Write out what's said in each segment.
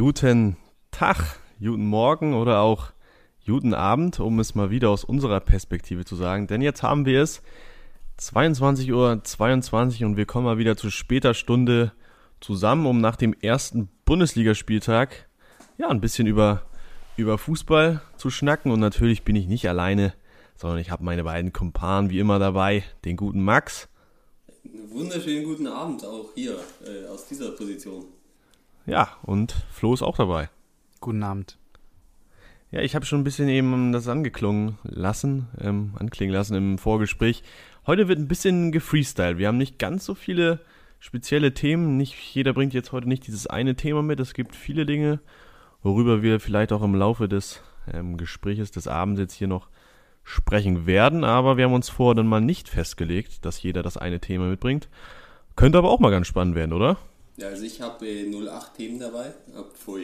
Guten Tag, guten Morgen oder auch guten Abend, um es mal wieder aus unserer Perspektive zu sagen. Denn jetzt haben wir es 22:22 Uhr und wir kommen mal wieder zu später Stunde zusammen, um nach dem ersten Bundesligaspieltag ein bisschen über Fußball zu schnacken. Und natürlich bin ich nicht alleine, sondern ich habe meine beiden Kumpanen wie immer dabei, den guten Max. Einen wunderschönen guten Abend auch hier aus dieser Position. Ja, und Flo ist auch dabei. Guten Abend. Ja, ich habe schon ein bisschen eben das anklingen lassen im Vorgespräch. Heute wird ein bisschen gefreestylt. Wir haben nicht ganz so viele spezielle Themen. Nicht jeder bringt jetzt heute nicht dieses eine Thema mit. Es gibt viele Dinge, worüber wir vielleicht auch im Laufe des Gespräches des Abends jetzt hier noch sprechen werden. Aber wir haben uns vorher dann mal nicht festgelegt, dass jeder das eine Thema mitbringt. Könnte aber auch mal ganz spannend werden, oder? Ja, also ich habe 08 Themen dabei. Pfui.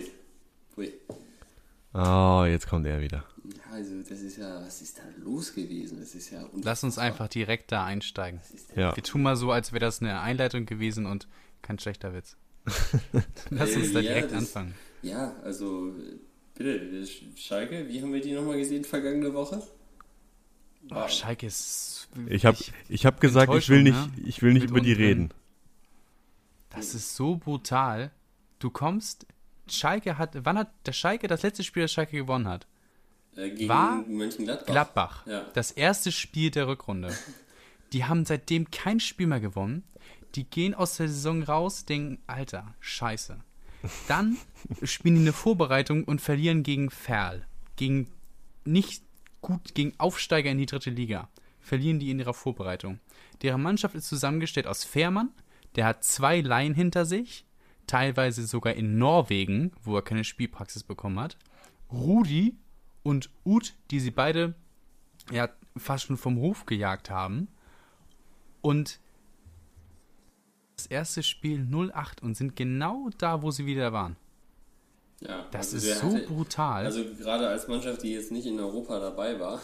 Oh, jetzt kommt er wieder. Also das ist ja, was ist da los gewesen? Das ist ja Lass uns einfach direkt da einsteigen. Ja. Wir tun mal so, als wäre das eine Einleitung gewesen und kein schlechter Witz. Lass uns da direkt anfangen. Ja, also bitte, Schalke, wie haben wir die nochmal gesehen vergangene Woche? Oh, Schalke ist... Ich hab gesagt, ich will nicht über die reden. Das ist so brutal. Du kommst... wann hat der Schalke, das letzte Spiel, das Schalke gewonnen hat? Gegen war Mönchengladbach. Gladbach. Ja. Das erste Spiel der Rückrunde. Die haben seitdem kein Spiel mehr gewonnen. Die gehen aus der Saison raus, denken, Alter, scheiße. Dann spielen die eine Vorbereitung und verlieren gegen Ferl. Gegen Aufsteiger in die dritte Liga. Verlieren die in ihrer Vorbereitung. Deren Mannschaft ist zusammengestellt aus Fährmann, der hat 2 Leihen hinter sich, teilweise sogar in Norwegen, wo er keine Spielpraxis bekommen hat. Rudi und Uth, die sie beide fast schon vom Hof gejagt haben. Und das erste Spiel 0-8 und sind genau da, wo sie wieder waren. Ja, das also ist so brutal. Also gerade als Mannschaft, die jetzt nicht in Europa dabei war,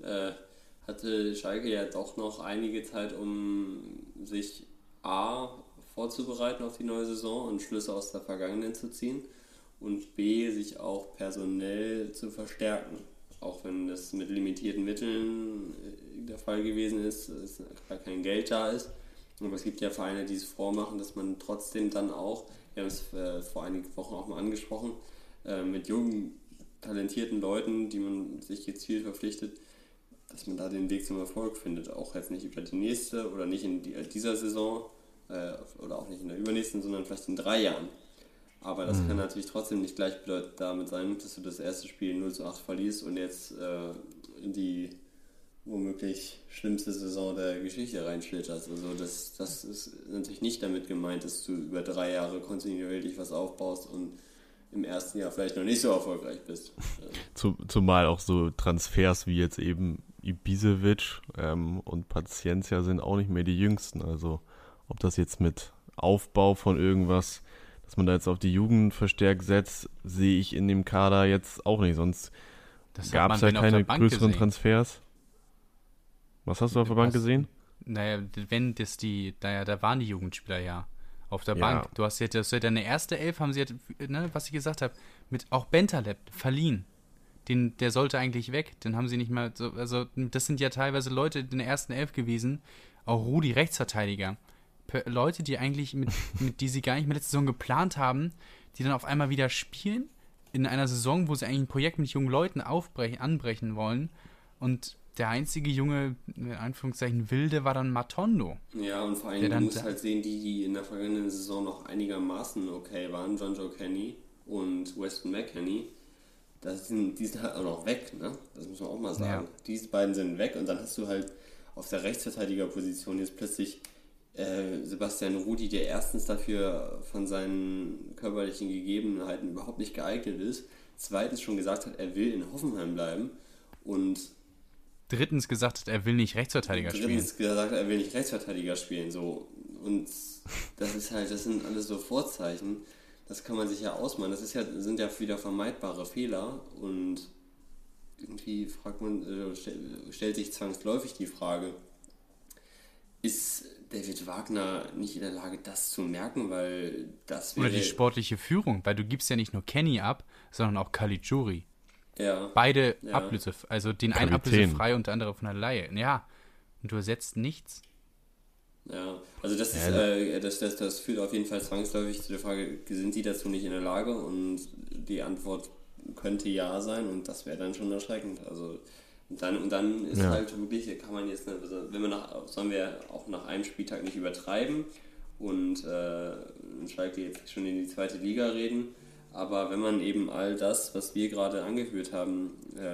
hatte Schalke ja doch noch einige Zeit, um sich A, vorzubereiten auf die neue Saison und Schlüsse aus der Vergangenen zu ziehen und B, sich auch personell zu verstärken. Auch wenn das mit limitierten Mitteln der Fall gewesen ist, dass gar kein Geld da ist. Aber es gibt ja Vereine, die es vormachen, dass man trotzdem dann auch, wir haben es vor einigen Wochen auch mal angesprochen, mit jungen, talentierten Leuten, die man sich gezielt verpflichtet, dass man da den Weg zum Erfolg findet. Auch jetzt nicht über die nächste oder nicht in dieser Saison oder auch nicht in der übernächsten, sondern vielleicht in 3 Jahren. Aber das kann natürlich trotzdem nicht gleichbedeutend damit sein, dass du das erste Spiel 0-8 verlierst und jetzt in die womöglich schlimmste Saison der Geschichte reinschlitterst. Also das ist natürlich nicht damit gemeint, dass du über 3 Jahre kontinuierlich was aufbaust und im ersten Jahr vielleicht noch nicht so erfolgreich bist. Zumal auch so Transfers wie jetzt eben Ibisevic und Paciencia sind auch nicht mehr die jüngsten. Also ob das jetzt mit Aufbau von irgendwas, dass man da jetzt auf die Jugend verstärkt setzt, sehe ich in dem Kader jetzt auch nicht. Sonst gab es ja keine größeren Transfers. Was hast du auf der Bank gesehen? Naja, da waren die Jugendspieler ja auf der Bank. Du hast ja deine erste Elf, haben sie, was ich gesagt habe, mit auch Bentaleb verliehen. Der sollte eigentlich weg, den haben sie nicht mehr, also das sind ja teilweise Leute in der ersten Elf gewesen, auch Rudi, Rechtsverteidiger. Leute, die eigentlich, die sie gar nicht mehr letzte Saison geplant haben, die dann auf einmal wieder spielen, in einer Saison, wo sie eigentlich ein Projekt mit jungen Leuten anbrechen wollen. Und der einzige junge, in Anführungszeichen, Wilde war dann Matondo. Ja, und vor allem, du musst halt sehen, die in der vergangenen Saison noch einigermaßen okay waren, Jonjoe Kenny und Weston McKennie, die sind halt auch noch weg, ne? Das muss man auch mal sagen. Ja. Diese beiden sind weg und dann hast du halt auf der Rechtsverteidigerposition jetzt plötzlich Sebastian Rudi, der erstens dafür von seinen körperlichen Gegebenheiten überhaupt nicht geeignet ist, zweitens schon gesagt hat, er will in Hoffenheim bleiben und drittens gesagt hat, er will nicht Rechtsverteidiger spielen. So. Und das sind alles so Vorzeichen, das kann man sich ja ausmalen. Sind ja wieder vermeidbare Fehler und irgendwie stellt sich zwangsläufig die Frage, ist David Wagner nicht in der Lage, das zu merken, weil das wäre... Oder die sportliche Führung, weil du gibst ja nicht nur Kenny ab, sondern auch Caligiuri. Ja. Beide Ja. Ablöse, also den einen Kapitän. ablösefrei und der andere von der Leihe. Ja, und du ersetzt nichts. Ja, also das ist, das führt auf jeden Fall zwangsläufig zu der Frage, sind die dazu nicht in der Lage? Und die Antwort könnte ja sein und das wäre dann schon erschreckend. Also und dann ist halt wirklich, kann man jetzt, also sollen wir auch nach einem Spieltag nicht übertreiben und Schalke jetzt schon in die zweite Liga reden, aber wenn man eben all das, was wir gerade angeführt haben,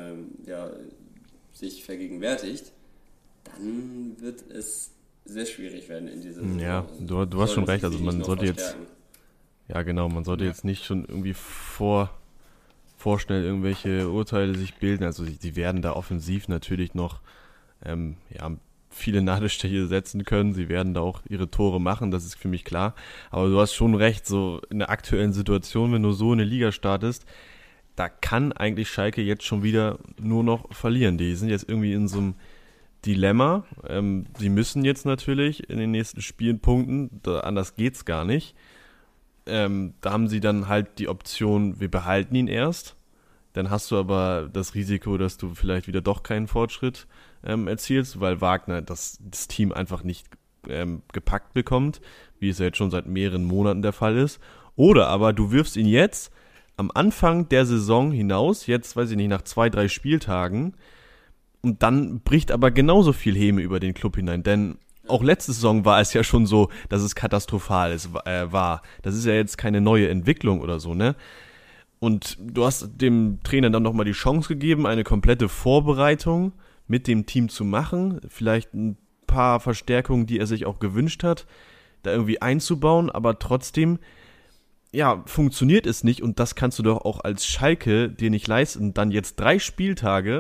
sich vergegenwärtigt, dann wird es sehr schwierig werden in dieser Saison. Ja, du hast schon recht, also man sollte jetzt, man sollte jetzt nicht schon irgendwie vorschnell irgendwelche Urteile sich bilden, also die werden da offensiv natürlich noch viele Nadelstiche setzen können, sie werden da auch ihre Tore machen, das ist für mich klar, aber du hast schon recht, so in der aktuellen Situation, wenn du so in eine Liga startest, da kann eigentlich Schalke jetzt schon wieder nur noch verlieren, die sind jetzt irgendwie in so einem Dilemma. Sie müssen jetzt natürlich in den nächsten Spielen punkten, anders geht's gar nicht. Da haben sie dann halt die Option, wir behalten ihn erst. Dann hast du aber das Risiko, dass du vielleicht wieder doch keinen Fortschritt erzielst, weil Wagner das Team einfach nicht gepackt bekommt, wie es ja jetzt schon seit mehreren Monaten der Fall ist. Oder aber du wirfst ihn jetzt am Anfang der Saison hinaus, jetzt weiß ich nicht, nach 2-3 Spieltagen, und dann bricht aber genauso viel Häme über den Club hinein, denn auch letzte Saison war es ja schon so, dass es katastrophal war. Das ist ja jetzt keine neue Entwicklung oder so, ne? Und du hast dem Trainer dann nochmal die Chance gegeben, eine komplette Vorbereitung mit dem Team zu machen, vielleicht ein paar Verstärkungen, die er sich auch gewünscht hat, da irgendwie einzubauen, aber trotzdem, funktioniert es nicht und das kannst du doch auch als Schalke dir nicht leisten, dann jetzt 3 Spieltage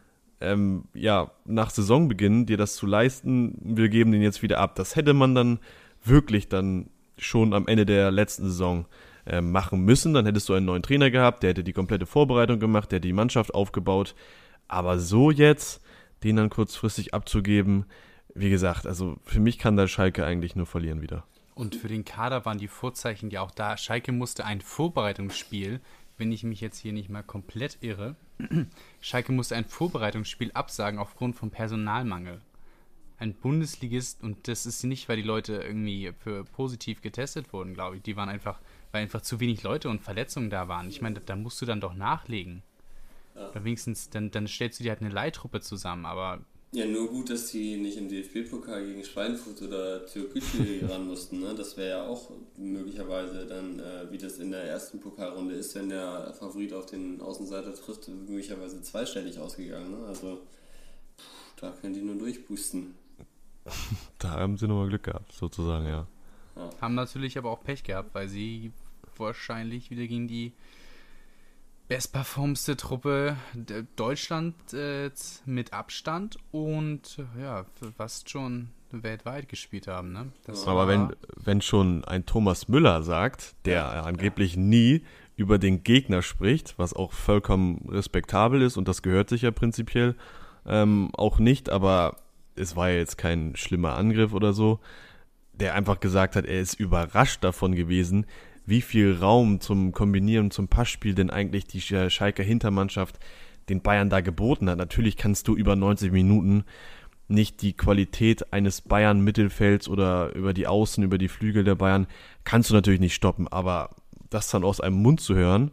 nach Saisonbeginn dir das zu leisten, wir geben den jetzt wieder ab. Das hätte man dann wirklich dann schon am Ende der letzten Saison machen müssen. Dann hättest du einen neuen Trainer gehabt, der hätte die komplette Vorbereitung gemacht, der hätte die Mannschaft aufgebaut. Aber so jetzt, den dann kurzfristig abzugeben, wie gesagt, also für mich kann der Schalke eigentlich nur verlieren wieder. Und für den Kader waren die Vorzeichen ja auch da. Schalke musste ein Vorbereitungsspiel, wenn ich mich jetzt hier nicht mal komplett irre, Schalke musste ein Vorbereitungsspiel absagen aufgrund von Personalmangel. Ein Bundesligist, und das ist nicht, weil die Leute irgendwie für positiv getestet wurden, glaube ich. Weil einfach zu wenig Leute und Verletzungen da waren. Ich meine, da musst du dann doch nachlegen. Ja. Oder wenigstens, dann stellst du dir halt eine Leihtruppe zusammen, aber... Ja, nur gut, dass die nicht im DFB-Pokal gegen Schweinfurt oder Türkgücü ran mussten. Ne? Das wäre ja auch möglicherweise dann, wie das in der ersten Pokalrunde ist, wenn der Favorit auf den Außenseiter trifft, möglicherweise zweistellig ausgegangen. Ne? Also da können die nur durchpusten. Da haben sie nochmal Glück gehabt, sozusagen, ja. Haben natürlich aber auch Pech gehabt, weil sie wahrscheinlich wieder gegen die bestperformste Truppe Deutschland mit Abstand und fast schon weltweit gespielt haben. Ne? Aber wenn schon ein Thomas Müller sagt, der angeblich nie über den Gegner spricht, was auch vollkommen respektabel ist und das gehört sich ja prinzipiell auch nicht, aber es war ja jetzt kein schlimmer Angriff oder so, der einfach gesagt hat, er ist überrascht davon gewesen, wie viel Raum zum Kombinieren, zum Passspiel denn eigentlich die Schalker Hintermannschaft den Bayern da geboten hat. Natürlich kannst du über 90 Minuten nicht die Qualität eines Bayern-Mittelfelds oder über die Außen, über die Flügel der Bayern, kannst du natürlich nicht stoppen, aber das dann aus einem Mund zu hören,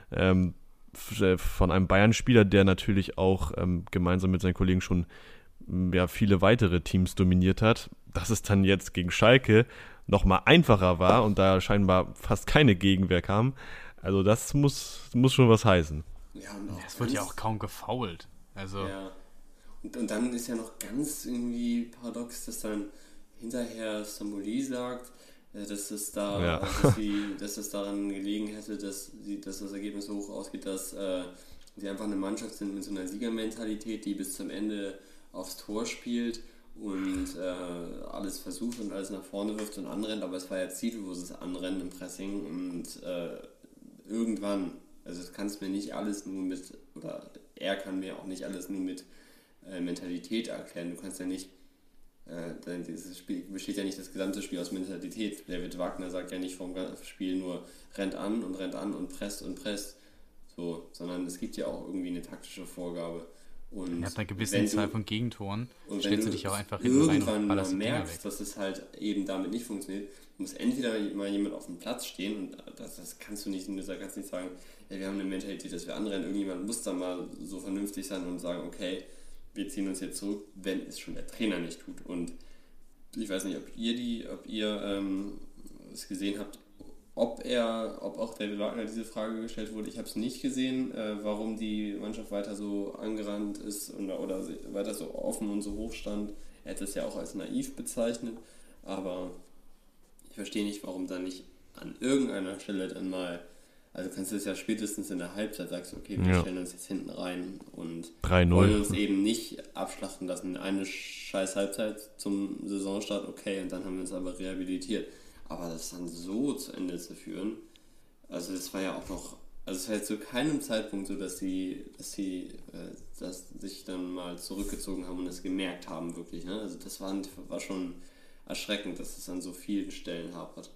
von einem Bayern-Spieler, der natürlich auch gemeinsam mit seinen Kollegen schon viele weitere Teams dominiert hat, dass es dann jetzt gegen Schalke nochmal einfacher war und da scheinbar fast keine Gegenwehr kam. Also das muss schon was heißen. Ja, es wird ja auch kaum gefoult. Also. Ja. Und dann ist ja noch ganz irgendwie paradox, dass dann hinterher Stambouli sagt, dass es daran gelegen hätte, dass das Ergebnis so hoch ausgeht, dass sie einfach eine Mannschaft sind mit so einer Siegermentalität, die bis zum Ende aufs Tor spielt und alles versucht und alles nach vorne wirft und anrennt, aber es war ja zielloses Anrennen im Pressing und irgendwann, also es kann es mir nicht alles nur mit, oder er kann mir auch nicht alles nur mit Mentalität erklären. Du kannst ja nicht dieses Spiel besteht ja nicht das gesamte Spiel aus Mentalität. David Wagner sagt ja nicht vom Spiel nur rennt an und presst, so, sondern es gibt ja auch irgendwie eine taktische Vorgabe. Und er hat eine gewisse Zahl von Gegentoren, und stellst du dich auch einfach hinten rein und ballerst die Dinger weg. Dass es halt eben damit nicht funktioniert, muss entweder mal jemand auf dem Platz stehen und das kannst du nicht sagen, ja, wir haben eine Mentalität, dass wir anrennen. Irgendjemand muss da mal so vernünftig sein und sagen, okay, wir ziehen uns jetzt zurück, wenn es schon der Trainer nicht tut. Und ich weiß nicht, ob ihr es gesehen habt, ob auch David Wagner diese Frage gestellt wurde. Ich habe es nicht gesehen, warum die Mannschaft weiter so angerannt ist oder weiter so offen und so hoch stand. Er hätte es ja auch als naiv bezeichnet, aber ich verstehe nicht, warum da nicht an irgendeiner Stelle dann mal, also kannst du es ja spätestens in der Halbzeit sagst, okay, wir stellen uns jetzt hinten rein und 3-0. Wollen uns eben nicht abschlachten lassen. Eine scheiß Halbzeit zum Saisonstart, okay, und dann haben wir uns aber rehabilitiert. Aber das dann so zu Ende zu führen, also das war ja auch noch, also es war jetzt zu keinem Zeitpunkt so, dass sie sich dann mal zurückgezogen haben und es gemerkt haben, wirklich. Ne? Also das war schon erschreckend, dass es an so vielen Stellen hapert.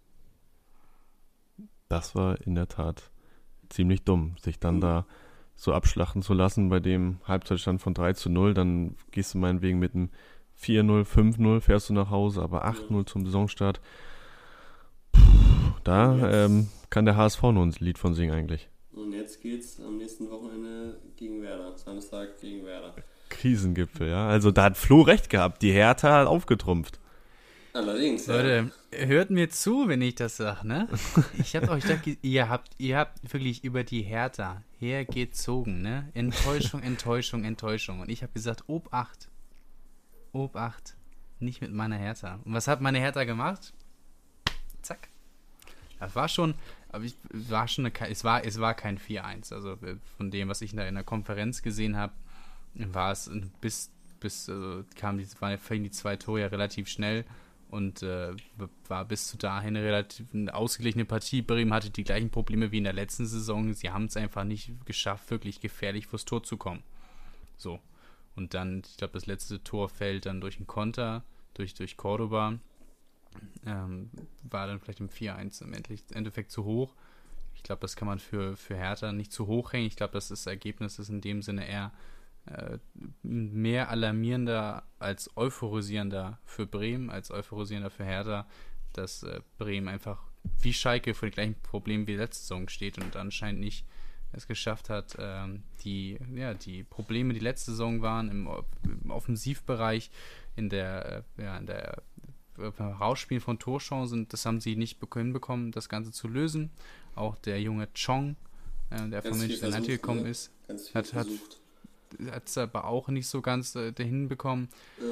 Das war in der Tat ziemlich dumm, sich dann da so abschlachten zu lassen bei dem Halbzeitstand von 3-0. Dann gehst du meinetwegen mit einem 4-0, 5-0, fährst du nach Hause, aber 8-0 zum Saisonstart. Da kann der HSV nur ein Lied von singen eigentlich. Und jetzt geht's am nächsten Wochenende gegen Werder. Samstag gegen Werder. Krisengipfel, ja. Also da hat Flo recht gehabt. Die Hertha hat aufgetrumpft. Allerdings, Leute, hört mir zu, wenn ich das sage, ne? Ich hab euch gedacht, ihr habt wirklich über die Hertha hergezogen, ne? Enttäuschung. Und ich habe gesagt, Obacht. Nicht mit meiner Hertha. Und was hat meine Hertha gemacht? Zack. Das war schon, aber es war kein 4-1. Also von dem, was ich da in der Konferenz gesehen habe, war es fingen die 2 Tore ja relativ schnell und war bis zu dahin relativ eine ausgeglichene Partie. Bremen hatte die gleichen Probleme wie in der letzten Saison. Sie haben es einfach nicht geschafft, wirklich gefährlich vors Tor zu kommen. So. Und dann, ich glaube, das letzte Tor fällt dann durch einen Konter, durch Cordoba. War dann vielleicht im 4-1 im Endeffekt zu hoch. Ich glaube, das kann man für Hertha nicht zu hoch hängen. Ich glaube, das Ergebnis ist in dem Sinne eher mehr alarmierender als euphorisierender für Bremen, als euphorisierender für Hertha, dass Bremen einfach wie Schalke vor den gleichen Problemen wie letzte Saison steht und anscheinend nicht es geschafft hat, die Probleme, die letzte Saison waren im Offensivbereich, in der Rausspielen von Torchancen, das haben sie nicht hinbekommen, das Ganze zu lösen. Auch der junge Chong, der von Manchester United gekommen ist, hat es aber auch nicht so ganz hinbekommen.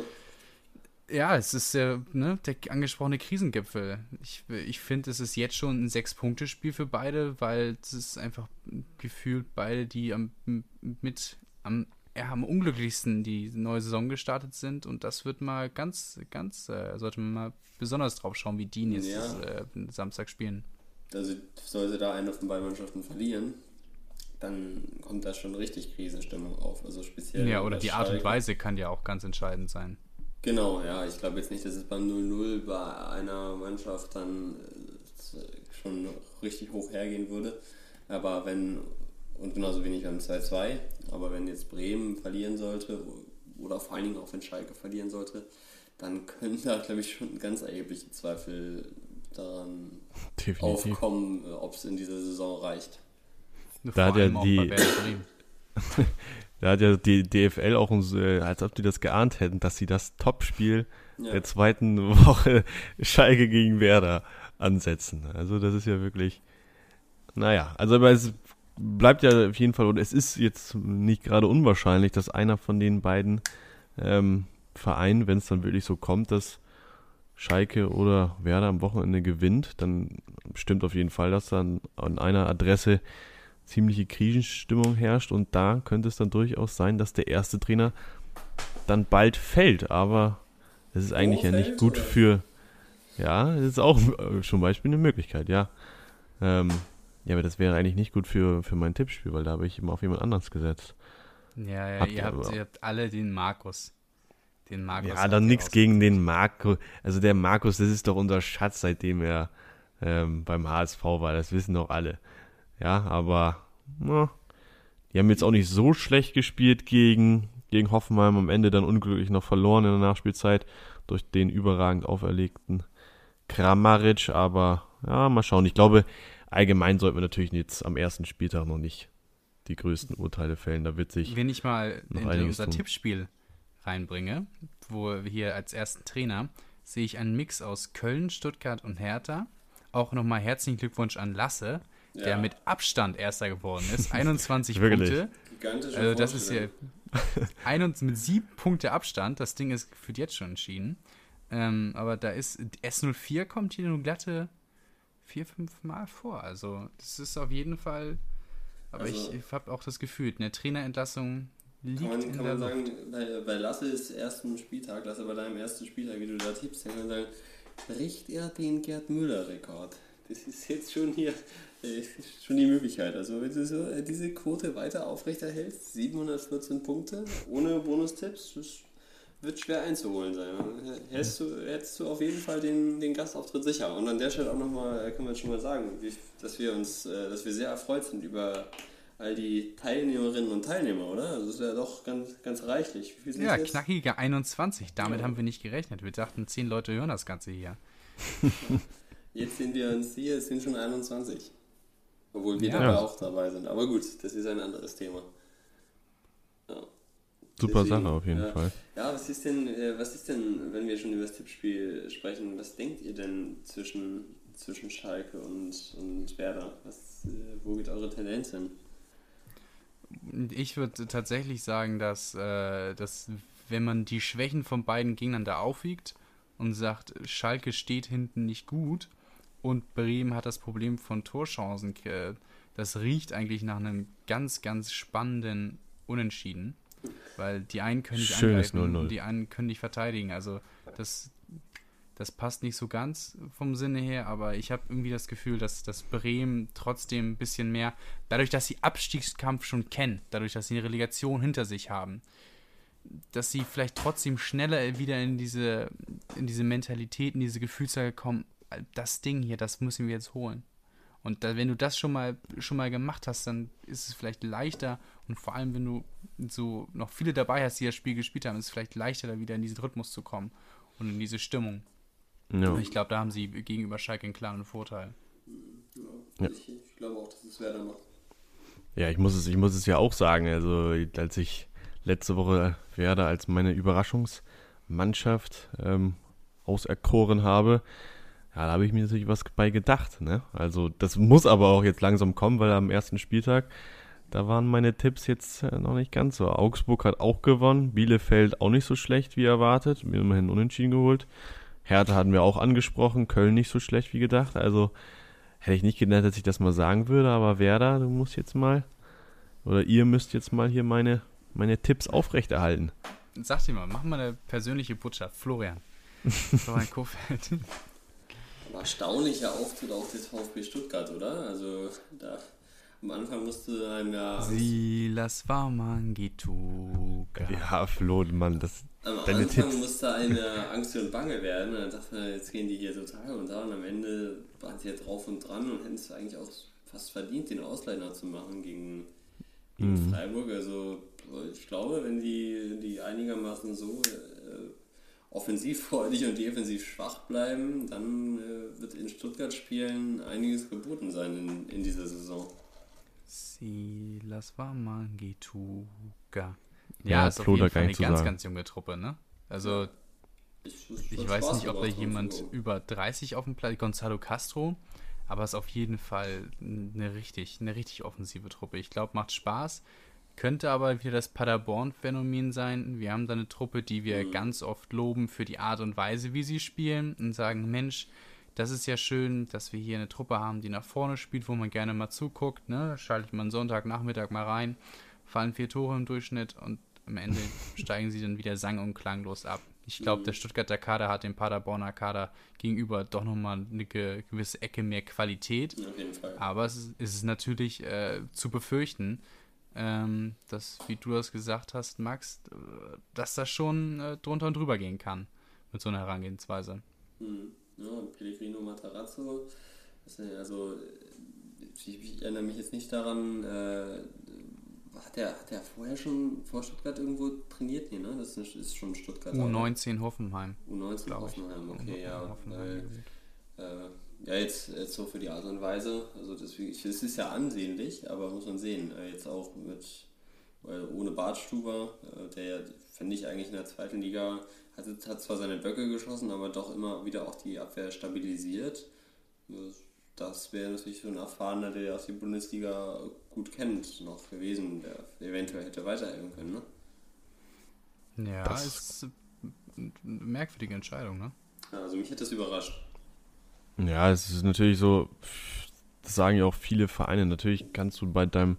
Ja, es ist der angesprochene Krisengipfel. Ich finde, es ist jetzt schon ein 6-Punkte-Spiel für beide, weil es ist einfach gefühlt beide, die am unglücklichsten die neue Saison gestartet sind, und das wird mal sollte man mal besonders drauf schauen, wie die jetzt Samstag spielen. Also sollte da eine von beiden Mannschaften verlieren, dann kommt da schon richtig Krisenstimmung auf, also speziell. Ja, oder die Art und Weise kann ja auch ganz entscheidend sein. Genau, ja, ich glaube jetzt nicht, dass es beim 0-0 bei einer Mannschaft dann schon richtig hoch hergehen würde, aber und genauso wenig beim 2-2, aber wenn jetzt Bremen verlieren sollte, oder vor allen Dingen auch wenn Schalke verlieren sollte, dann können da, glaube ich, schon ganz erhebliche Zweifel daran aufkommen, ob es in dieser Saison reicht. Da hat ja die DFL auch als ob die das geahnt hätten, dass sie das Topspiel der zweiten Woche Schalke gegen Werder ansetzen. Also das ist ja wirklich, aber es bleibt ja auf jeden Fall, und es ist jetzt nicht gerade unwahrscheinlich, dass einer von den beiden Vereinen, wenn es dann wirklich so kommt, dass Schalke oder Werder am Wochenende gewinnt, dann stimmt auf jeden Fall, dass dann an einer Adresse ziemliche Krisenstimmung herrscht, und da könnte es dann durchaus sein, dass der erste Trainer dann bald fällt, aber das ist eigentlich ja nicht gut für, das ist auch zum Beispiel eine Möglichkeit, aber das wäre eigentlich nicht gut für mein Tippspiel, weil da habe ich immer auf jemand anderes gesetzt. Ja, ihr habt alle den Markus. Den Markus. Ja, dann nichts gegen den Markus. Also der Markus, das ist doch unser Schatz, seitdem er beim HSV war. Das wissen doch alle. Ja, aber die haben jetzt auch nicht so schlecht gespielt gegen Hoffenheim. Am Ende dann unglücklich noch verloren in der Nachspielzeit durch den überragend auferlegten Kramaric. Aber ja, mal schauen. Ich glaube, allgemein sollten wir natürlich jetzt am ersten Spieltag noch nicht die größten Urteile fällen. Da wird sich wenn ich mal noch in unser tun. Tippspiel reinbringe, wo wir hier als ersten Trainer, sehe ich einen Mix aus Köln, Stuttgart und Hertha. Auch nochmal herzlichen Glückwunsch an Lasse, der mit Abstand Erster geworden ist. 21 Punkte. Gigantische Also das ist hier mit 7 Punkte Abstand. Das Ding ist für jetzt schon entschieden. Aber da ist S04 kommt hier nur glatte 4-5 Mal vor. Also das ist auf jeden Fall. Aber Also, ich habe auch das Gefühl, eine Trainerentlassung liegt kann in der man sagen, Luft. bei Lasse ist ersten Spieltag, Lasse bei deinem ersten Spieltag, wie du da tippst, dann kann man sagen, bricht er den Gerd Müller-Rekord. Das ist jetzt schon hier schon die Möglichkeit. Also wenn du so diese Quote weiter aufrechterhältst, 714 Punkte ohne Bonustipps, das wird schwer einzuholen sein. Hättest du auf jeden Fall den Gastauftritt sicher. Und an der Stelle auch nochmal, kann man schon mal sagen, dass wir sehr erfreut sind über all die Teilnehmerinnen und Teilnehmer, oder? Also das ist ja doch ganz, ganz reichlich. Wie viel sind Ja, jetzt? knackige 21. Damit haben wir nicht gerechnet. Wir dachten, 10 Leute hören das Ganze hier. Jetzt sind wir uns hier, es sind schon 21. Obwohl wir Ja. auch dabei sind. Aber gut, das ist ein anderes Thema. Ja. Super Deswegen, Sache auf jeden Fall. Ja, was ist denn, wenn wir schon über das Tippspiel sprechen, was denkt ihr denn zwischen Schalke und Werder? Wo geht eure Tendenz hin? Ich würde tatsächlich sagen, dass wenn man die Schwächen von beiden gegeneinander aufwiegt und sagt, Schalke steht hinten nicht gut und Bremen hat das Problem von Torchancen, das riecht eigentlich nach einem ganz, ganz spannenden Unentschieden, weil die einen können nicht Schönes angreifen 0-0. und die einen können nicht verteidigen. Also das passt nicht so ganz vom Sinne her, aber ich habe irgendwie das Gefühl, dass Bremen trotzdem ein bisschen mehr, dadurch, dass sie Abstiegskampf schon kennen, dadurch, dass sie eine Relegation hinter sich haben, dass sie vielleicht trotzdem schneller wieder in diese Mentalität, in diese Gefühlslage kommen, das Ding hier, das müssen wir jetzt holen. Und wenn du das schon mal gemacht hast, dann ist es vielleicht leichter und vor allem, wenn du so noch viele dabei hast, die das Spiel gespielt haben, ist es vielleicht leichter, da wieder in diesen Rhythmus zu kommen und in diese Stimmung. Ja. Ich glaube, da haben sie gegenüber Schalke einen klaren Vorteil. Ja. Ich glaube auch, dass es Werder macht. Ja, ich muss es ja auch sagen. Also, als ich letzte Woche Werder als meine Überraschungsmannschaft auserkoren habe, ja, da habe ich mir natürlich was bei gedacht. Ne? Also, das muss aber auch jetzt langsam kommen, weil am ersten Spieltag, da waren meine Tipps jetzt noch nicht ganz so. Augsburg hat auch gewonnen, Bielefeld auch nicht so schlecht wie erwartet, mir immerhin unentschieden geholt. Hertha hatten wir auch angesprochen, Köln nicht so schlecht wie gedacht. Also hätte ich nicht gedacht, dass ich das mal sagen würde, aber Werder, du musst jetzt mal, oder ihr müsst jetzt mal hier meine Tipps aufrechterhalten. Sag dir mal, mach mal eine persönliche Botschaft. Florian Kohfeldt. Erstaunlicher Auftritt auch des VfB Stuttgart, oder? Also da am Anfang musste einem ja... Silas Wamangituka. Ja, Flo, Mann, Am deine Anfang Tipps. musste einem ja Angst und Bange werden. Und dann dachte man, jetzt gehen die hier total und da. Und am Ende waren sie ja drauf und dran und hätten es eigentlich auch fast verdient, den Ausgleich zu machen gegen Freiburg. Also ich glaube, wenn die einigermaßen so offensiv freudig und defensiv schwach bleiben, dann wird in Stuttgart-Spielen einiges geboten sein in dieser Saison. Silas Wamangituka. Ja, ist auf Flo, da jeden Fall gar eine nicht zu ganz, ganz ganz junge Truppe, ne? Also ich hat weiß Spaß nicht, ob da gemacht, jemand so. über 30 auf dem Platz, Gonzalo Castro, aber ist auf jeden Fall eine richtig offensive Truppe. Ich glaube, macht Spaß, könnte aber wieder das Paderborn-Phänomen sein. Wir haben da eine Truppe, die wir ganz oft loben für die Art und Weise, wie sie spielen und sagen, Mensch, das ist ja schön, dass wir hier eine Truppe haben, die nach vorne spielt, wo man gerne mal zuguckt, ne? Schaltet man Sonntagnachmittag mal rein, fallen 4 Tore im Durchschnitt und am Ende steigen sie dann wieder sang- und klanglos ab. Ich glaube, der Stuttgarter Kader hat dem Paderborner Kader gegenüber doch nochmal eine gewisse Ecke mehr Qualität. Auf jeden Fall. Aber es ist natürlich zu befürchten, dass, wie du das gesagt hast, Max, dass das schon drunter und drüber gehen kann mit so einer Herangehensweise. Ja, Pellegrino Matarazzo, also ich erinnere mich jetzt nicht daran, hat er vorher schon vor Stuttgart irgendwo trainiert? Nee, ne? Das ist schon Stuttgart. U19 Hoffenheim. U19 Hoffenheim, okay, ja. Ja, jetzt so für die Art und Weise, also das ist ja ansehnlich, aber muss man sehen, jetzt auch ohne Bartstuber, der ja, finde ich, eigentlich in der zweiten Liga hat zwar seine Böcke geschossen, aber doch immer wieder auch die Abwehr stabilisiert. Das wäre natürlich so ein Erfahrener, der auch die Bundesliga gut kennt, noch gewesen, der eventuell hätte weiterhelfen können, ne? Ja, das ist eine merkwürdige Entscheidung, ne? Also mich hätte das überrascht. Ja, es ist natürlich so, das sagen ja auch viele Vereine, natürlich kannst du bei deinem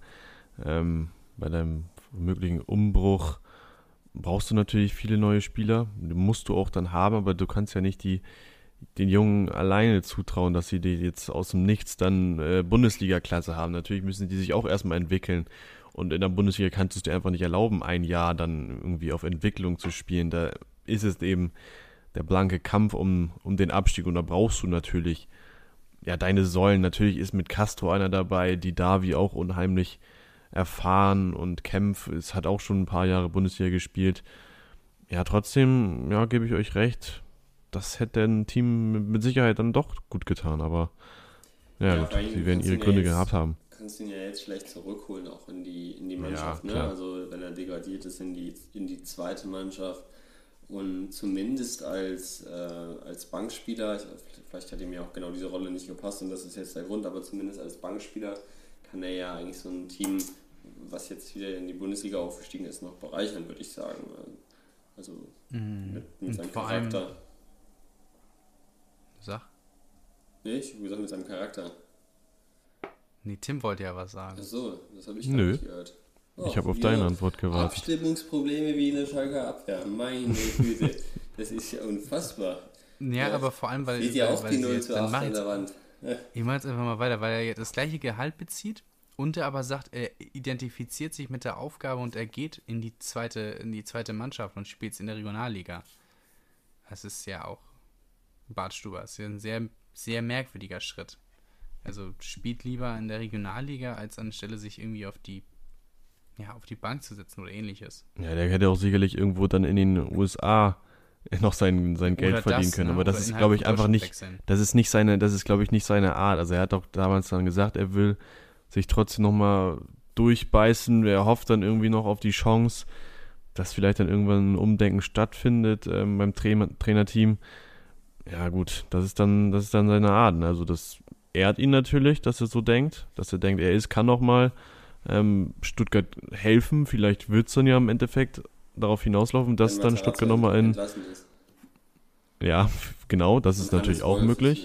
möglichen Umbruch, brauchst du natürlich viele neue Spieler, die musst du auch dann haben, aber du kannst ja nicht den Jungen alleine zutrauen, dass sie die jetzt aus dem Nichts dann Bundesliga-Klasse haben. Natürlich müssen die sich auch erstmal entwickeln und in der Bundesliga kannst du es dir einfach nicht erlauben, ein Jahr dann irgendwie auf Entwicklung zu spielen. Da ist es eben der blanke Kampf um den Abstieg und da brauchst du natürlich ja deine Säulen. Natürlich ist mit Castro einer dabei, die Davi auch unheimlich erfahren und Kempf hat auch schon ein paar Jahre Bundesliga gespielt. Ja, trotzdem, ja, gebe ich euch recht, das hätte ein Team mit Sicherheit dann doch gut getan, aber ja gut, sie werden ihre Gründe gehabt haben. Kannst ihn ja jetzt schlecht zurückholen, auch in die Mannschaft, ja, ne? Also wenn er degradiert ist in die zweite Mannschaft und zumindest als Bankspieler, vielleicht hat ihm ja auch genau diese Rolle nicht gepasst und das ist jetzt der Grund, aber zumindest als Bankspieler kann er ja eigentlich so ein Team, was jetzt wieder in die Bundesliga aufgestiegen ist, noch bereichern, würde ich sagen. Also mit seinem Charakter. Sag. Nee, ich habe gesagt mit seinem Charakter. Nee, Tim wollte ja was sagen. Ach so, das habe ich gar nicht gehört. Oh, ich habe auf deine Antwort gewartet. Abstimmungsprobleme wie in der Schalker Abwehr. Meine Güte, das ist ja unfassbar. Ja, aber vor allem, weil seht ihr auch die 0:8 an der Wand. Ich mache jetzt einfach mal weiter, weil er ja das gleiche Gehalt bezieht und er aber sagt, er identifiziert sich mit der Aufgabe und er geht in die zweite Mannschaft und spielt in der Regionalliga. Das ist ja auch Bartstuber. Das ist ja ein sehr, sehr merkwürdiger Schritt. Also spielt lieber in der Regionalliga, als anstelle sich irgendwie auf die Bank zu setzen oder ähnliches. Ja, der hätte auch sicherlich irgendwo dann in den USA noch sein Geld verdienen können, aber das ist, glaube ich, einfach nicht, das ist, glaube ich, nicht seine Art. Also er hat doch damals dann gesagt, er will sich trotzdem nochmal durchbeißen, er hofft dann irgendwie noch auf die Chance, dass vielleicht dann irgendwann ein Umdenken stattfindet beim Trainerteam. Ja gut, das ist dann seine Art. Also das ehrt ihn natürlich, dass er so denkt, kann noch mal Stuttgart helfen, vielleicht wird es dann ja im Endeffekt darauf hinauslaufen, dass dann Stuttgart nochmal in... Ja, genau, das ist natürlich auch möglich.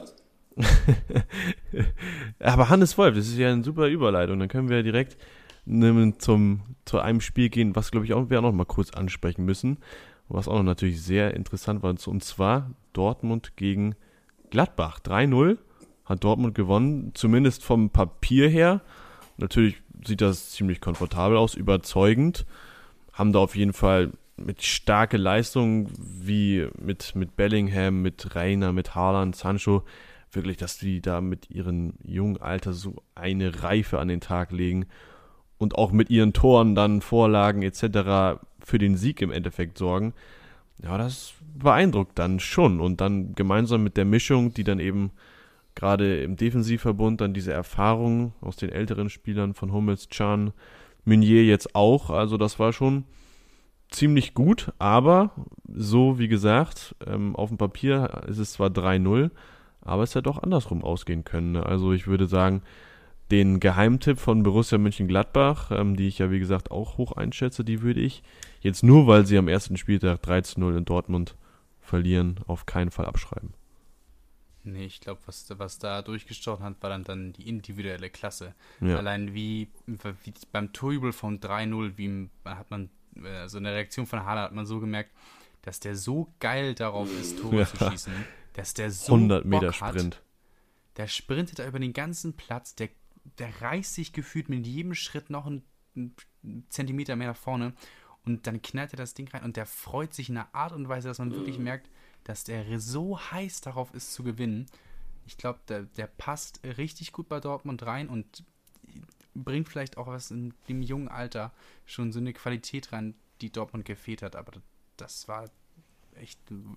Aber Hannes Wolf, das ist ja eine super Überleitung. Dann können wir ja direkt zu einem Spiel gehen, was, glaube ich, wir auch noch mal kurz ansprechen müssen. Was auch noch natürlich sehr interessant war. Und zwar Dortmund gegen Gladbach. 3-0 hat Dortmund gewonnen, zumindest vom Papier her. Natürlich sieht das ziemlich komfortabel aus, überzeugend. Haben da auf jeden Fall mit starke Leistungen, wie mit Bellingham, mit Reina, mit Haaland, Sancho, wirklich, dass die da mit ihrem jungen Alter so eine Reife an den Tag legen und auch mit ihren Toren dann, Vorlagen etc. für den Sieg im Endeffekt sorgen. Ja, das beeindruckt dann schon. Und dann gemeinsam mit der Mischung, die dann eben gerade im Defensivverbund dann diese Erfahrung aus den älteren Spielern von Hummels, Can, Meunier jetzt auch. Also das war schon ziemlich gut, aber so wie gesagt, auf dem Papier ist es zwar 3-0, aber es hätte auch andersrum ausgehen können. Also ich würde sagen, den Geheimtipp von Borussia Mönchengladbach, die ich ja wie gesagt auch hoch einschätze, die würde ich jetzt nur, weil sie am ersten Spieltag 3-0 in Dortmund verlieren, auf keinen Fall abschreiben. Nee, ich glaube, was da durchgestochen hat, war dann die individuelle Klasse. Ja. Allein wie beim Torjubel vom 3-0, hat man so eine Reaktion von Haaland hat man so gemerkt, dass der so geil darauf ist, Tore zu schießen, dass der so 100 Meter Bock hat. Sprint. Der sprintet da über den ganzen Platz, der reißt sich gefühlt mit jedem Schritt noch ein einen Zentimeter mehr nach vorne und dann knallt er das Ding rein und der freut sich in einer Art und Weise, dass man wirklich merkt, dass der so heiß darauf ist zu gewinnen. Ich glaube, der passt richtig gut bei Dortmund rein und bringt vielleicht auch was in dem jungen Alter schon so eine Qualität rein, die Dortmund gefehlt hat. Aber das war echt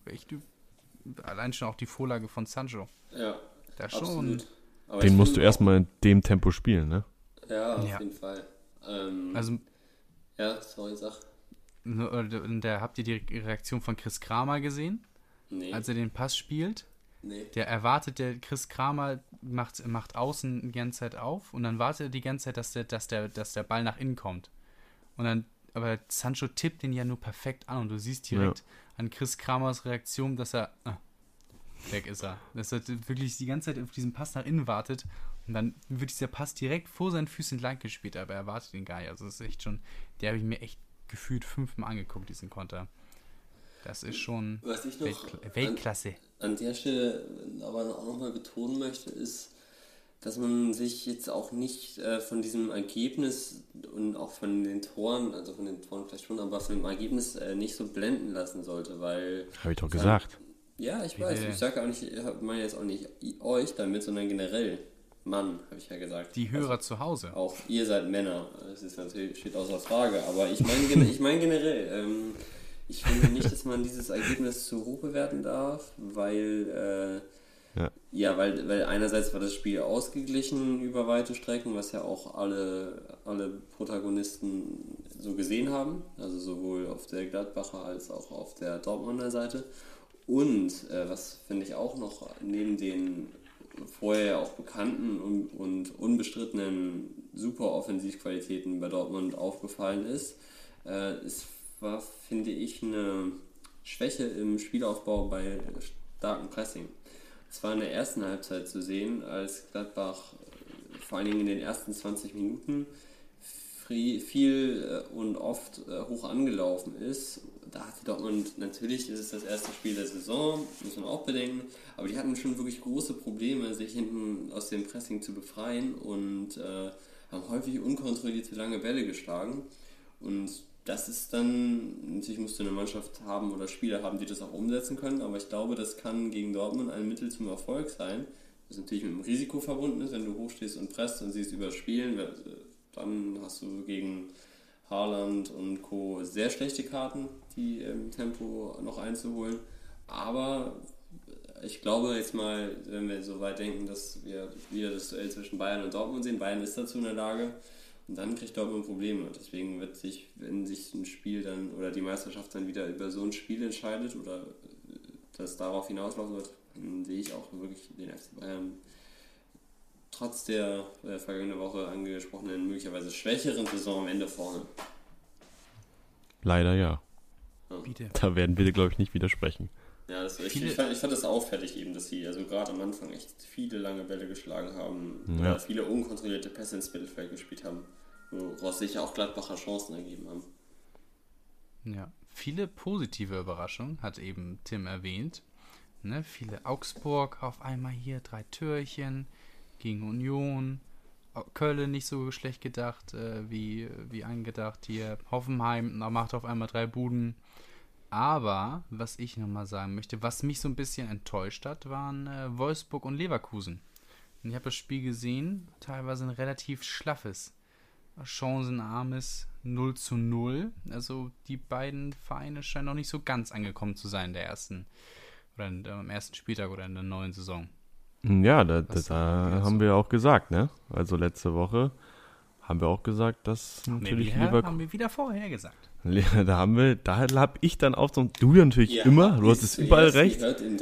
allein schon auch die Vorlage von Sancho. Ja, das absolut. Schon. Aber den musst du erstmal in dem Tempo spielen, ne? Ja, auf jeden Fall. Also, ja, sorry, sag. Habt ihr die Reaktion von Chris Kramer gesehen? Nee. Als er den Pass spielt? Nee. Der Chris Kramer macht außen die ganze Zeit auf und dann wartet er die ganze Zeit, dass der Ball nach innen kommt. Und dann, aber Sancho tippt den ja nur perfekt an und du siehst direkt an Chris Kramers Reaktion, dass er weg ist er. Dass er wirklich die ganze Zeit auf diesen Pass nach innen wartet und dann wird dieser Pass direkt vor seinen Füßen entlang gespielt, aber er wartet ihn gar nicht. Also das ist echt schon, der habe ich mir echt gefühlt 5-mal angeguckt, diesen Konter. Das ist schon Weltklasse. An der Stelle aber auch nochmal betonen möchte, ist, dass man sich jetzt auch nicht von diesem Ergebnis und auch von den Toren, also von den Toren vielleicht schon, aber von dem Ergebnis nicht so blenden lassen sollte, weil... Habe ich doch gesagt. Ja, ich weiß. Ich sage auch nicht, ich meine jetzt auch nicht euch damit, sondern generell. Mann, habe ich ja gesagt. Die Hörer zu Hause. Auch ihr seid Männer. Das ist natürlich, steht außer Frage. Aber ich meine generell. Ich finde nicht, dass man dieses Ergebnis zu hoch bewerten darf, weil weil einerseits war das Spiel ausgeglichen über weite Strecken, was ja auch alle Protagonisten so gesehen haben, also sowohl auf der Gladbacher als auch auf der Dortmunder Seite. Und was finde ich auch noch neben den vorher auch bekannten und unbestrittenen super Offensivqualitäten bei Dortmund aufgefallen ist, es war, finde ich, eine Schwäche im Spielaufbau bei starkem Pressing. Es war in der ersten Halbzeit zu sehen, als Gladbach vor allen Dingen in den ersten 20 Minuten viel und oft hoch angelaufen ist. Da hatte Dortmund, natürlich ist es das erste Spiel der Saison, muss man auch bedenken, aber die hatten schon wirklich große Probleme, sich hinten aus dem Pressing zu befreien und haben häufig unkontrollierte lange Bälle geschlagen. Und das ist dann, natürlich musst du eine Mannschaft haben oder Spieler haben, die das auch umsetzen können, aber ich glaube, das kann gegen Dortmund ein Mittel zum Erfolg sein, das natürlich mit dem Risiko verbunden ist, wenn du hochstehst und presst und siehst überspielen, dann hast du gegen Haaland und Co. sehr schlechte Karten, die im Tempo noch einzuholen. Aber ich glaube jetzt mal, wenn wir so weit denken, dass wir wieder das Duell zwischen Bayern und Dortmund sehen, Bayern ist dazu in der Lage, und dann kriegt Dortmund Probleme. Deswegen wird sich, wenn sich ein Spiel dann oder die Meisterschaft dann wieder über so ein Spiel entscheidet oder das darauf hinauslaufen wird, dann sehe ich auch wirklich den FC Bayern trotz der vergangene Woche angesprochenen, möglicherweise schwächeren Saison am Ende vorne. Leider ja. Bitte. Da werden wir, glaube ich, nicht widersprechen. Ja, ich fand das auffällig eben, dass sie also gerade am Anfang echt viele lange Bälle geschlagen haben, viele unkontrollierte Pässe ins Mittelfeld gespielt haben, woraus sich auch Gladbacher Chancen ergeben haben. Ja, viele positive Überraschungen, hat eben Tim erwähnt. Ne, viele Augsburg auf einmal hier, 3 Türchen gegen Union, Köln nicht so schlecht gedacht, wie angedacht hier, Hoffenheim macht auf einmal 3 Buden. Aber, was ich nochmal sagen möchte, was mich so ein bisschen enttäuscht hat, waren Wolfsburg und Leverkusen. Und ich habe das Spiel gesehen, teilweise ein relativ schlaffes, chancenarmes 0:0. Also die beiden Vereine scheinen noch nicht so ganz angekommen zu sein am ersten Spieltag oder in der neuen Saison. Ja, da haben wir auch gesagt, ne? Also letzte Woche haben wir auch gesagt, dass natürlich haben wir wieder vorher gesagt. Da habe ich dann auch so, du natürlich immer, du hast es überall recht.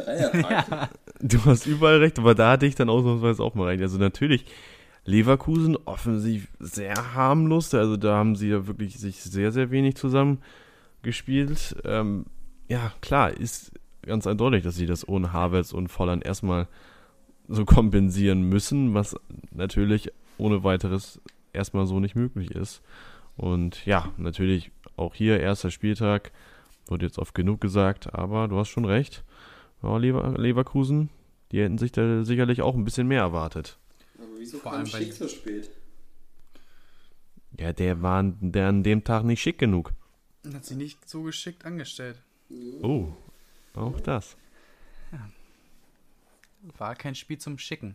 Du hast überall recht, aber da hatte ich dann ausnahmsweise auch mal recht. Also natürlich, Leverkusen offensiv sehr harmlos, also da haben sie ja wirklich sich sehr, sehr wenig zusammen gespielt. Ja, klar, ist ganz eindeutig, dass sie das ohne Havertz und Volland erstmal so kompensieren müssen, was natürlich ohne weiteres erstmal so nicht möglich ist. Und ja, natürlich auch hier, erster Spieltag, wurde jetzt oft genug gesagt, aber du hast schon recht. Ja, Leverkusen, die hätten sich da sicherlich auch ein bisschen mehr erwartet. Aber wieso kam Schick so spät? Ja, der an dem Tag nicht schick genug. Hat sich nicht so geschickt angestellt. Oh, auch das. Ja. War kein Spiel zum Schicken.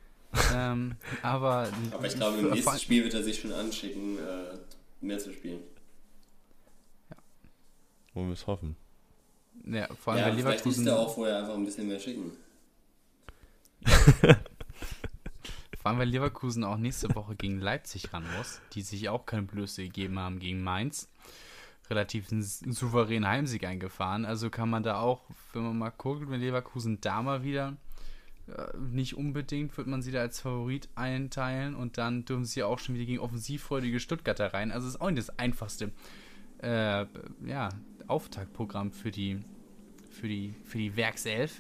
Aber ich glaube, im nächsten Spiel wird er sich schon anschicken, mehr zu spielen. Ja. Wollen wir es hoffen. Ja, vor allem bei Leverkusen. Vielleicht ist er auch vorher einfach ein bisschen mehr schicken. Vor allem, weil Leverkusen auch nächste Woche gegen Leipzig ran muss, die sich auch keine Blöße gegeben haben gegen Mainz. Relativ einen souveränen Heimsieg eingefahren. Also kann man da auch, wenn man mal guckt, wenn Leverkusen da mal wieder nicht unbedingt, wird man sie da als Favorit einteilen und dann dürfen sie auch schon wieder gegen offensivfreudige Stuttgarter rein. Also ist auch nicht das einfachste Auftaktprogramm für die Werkself.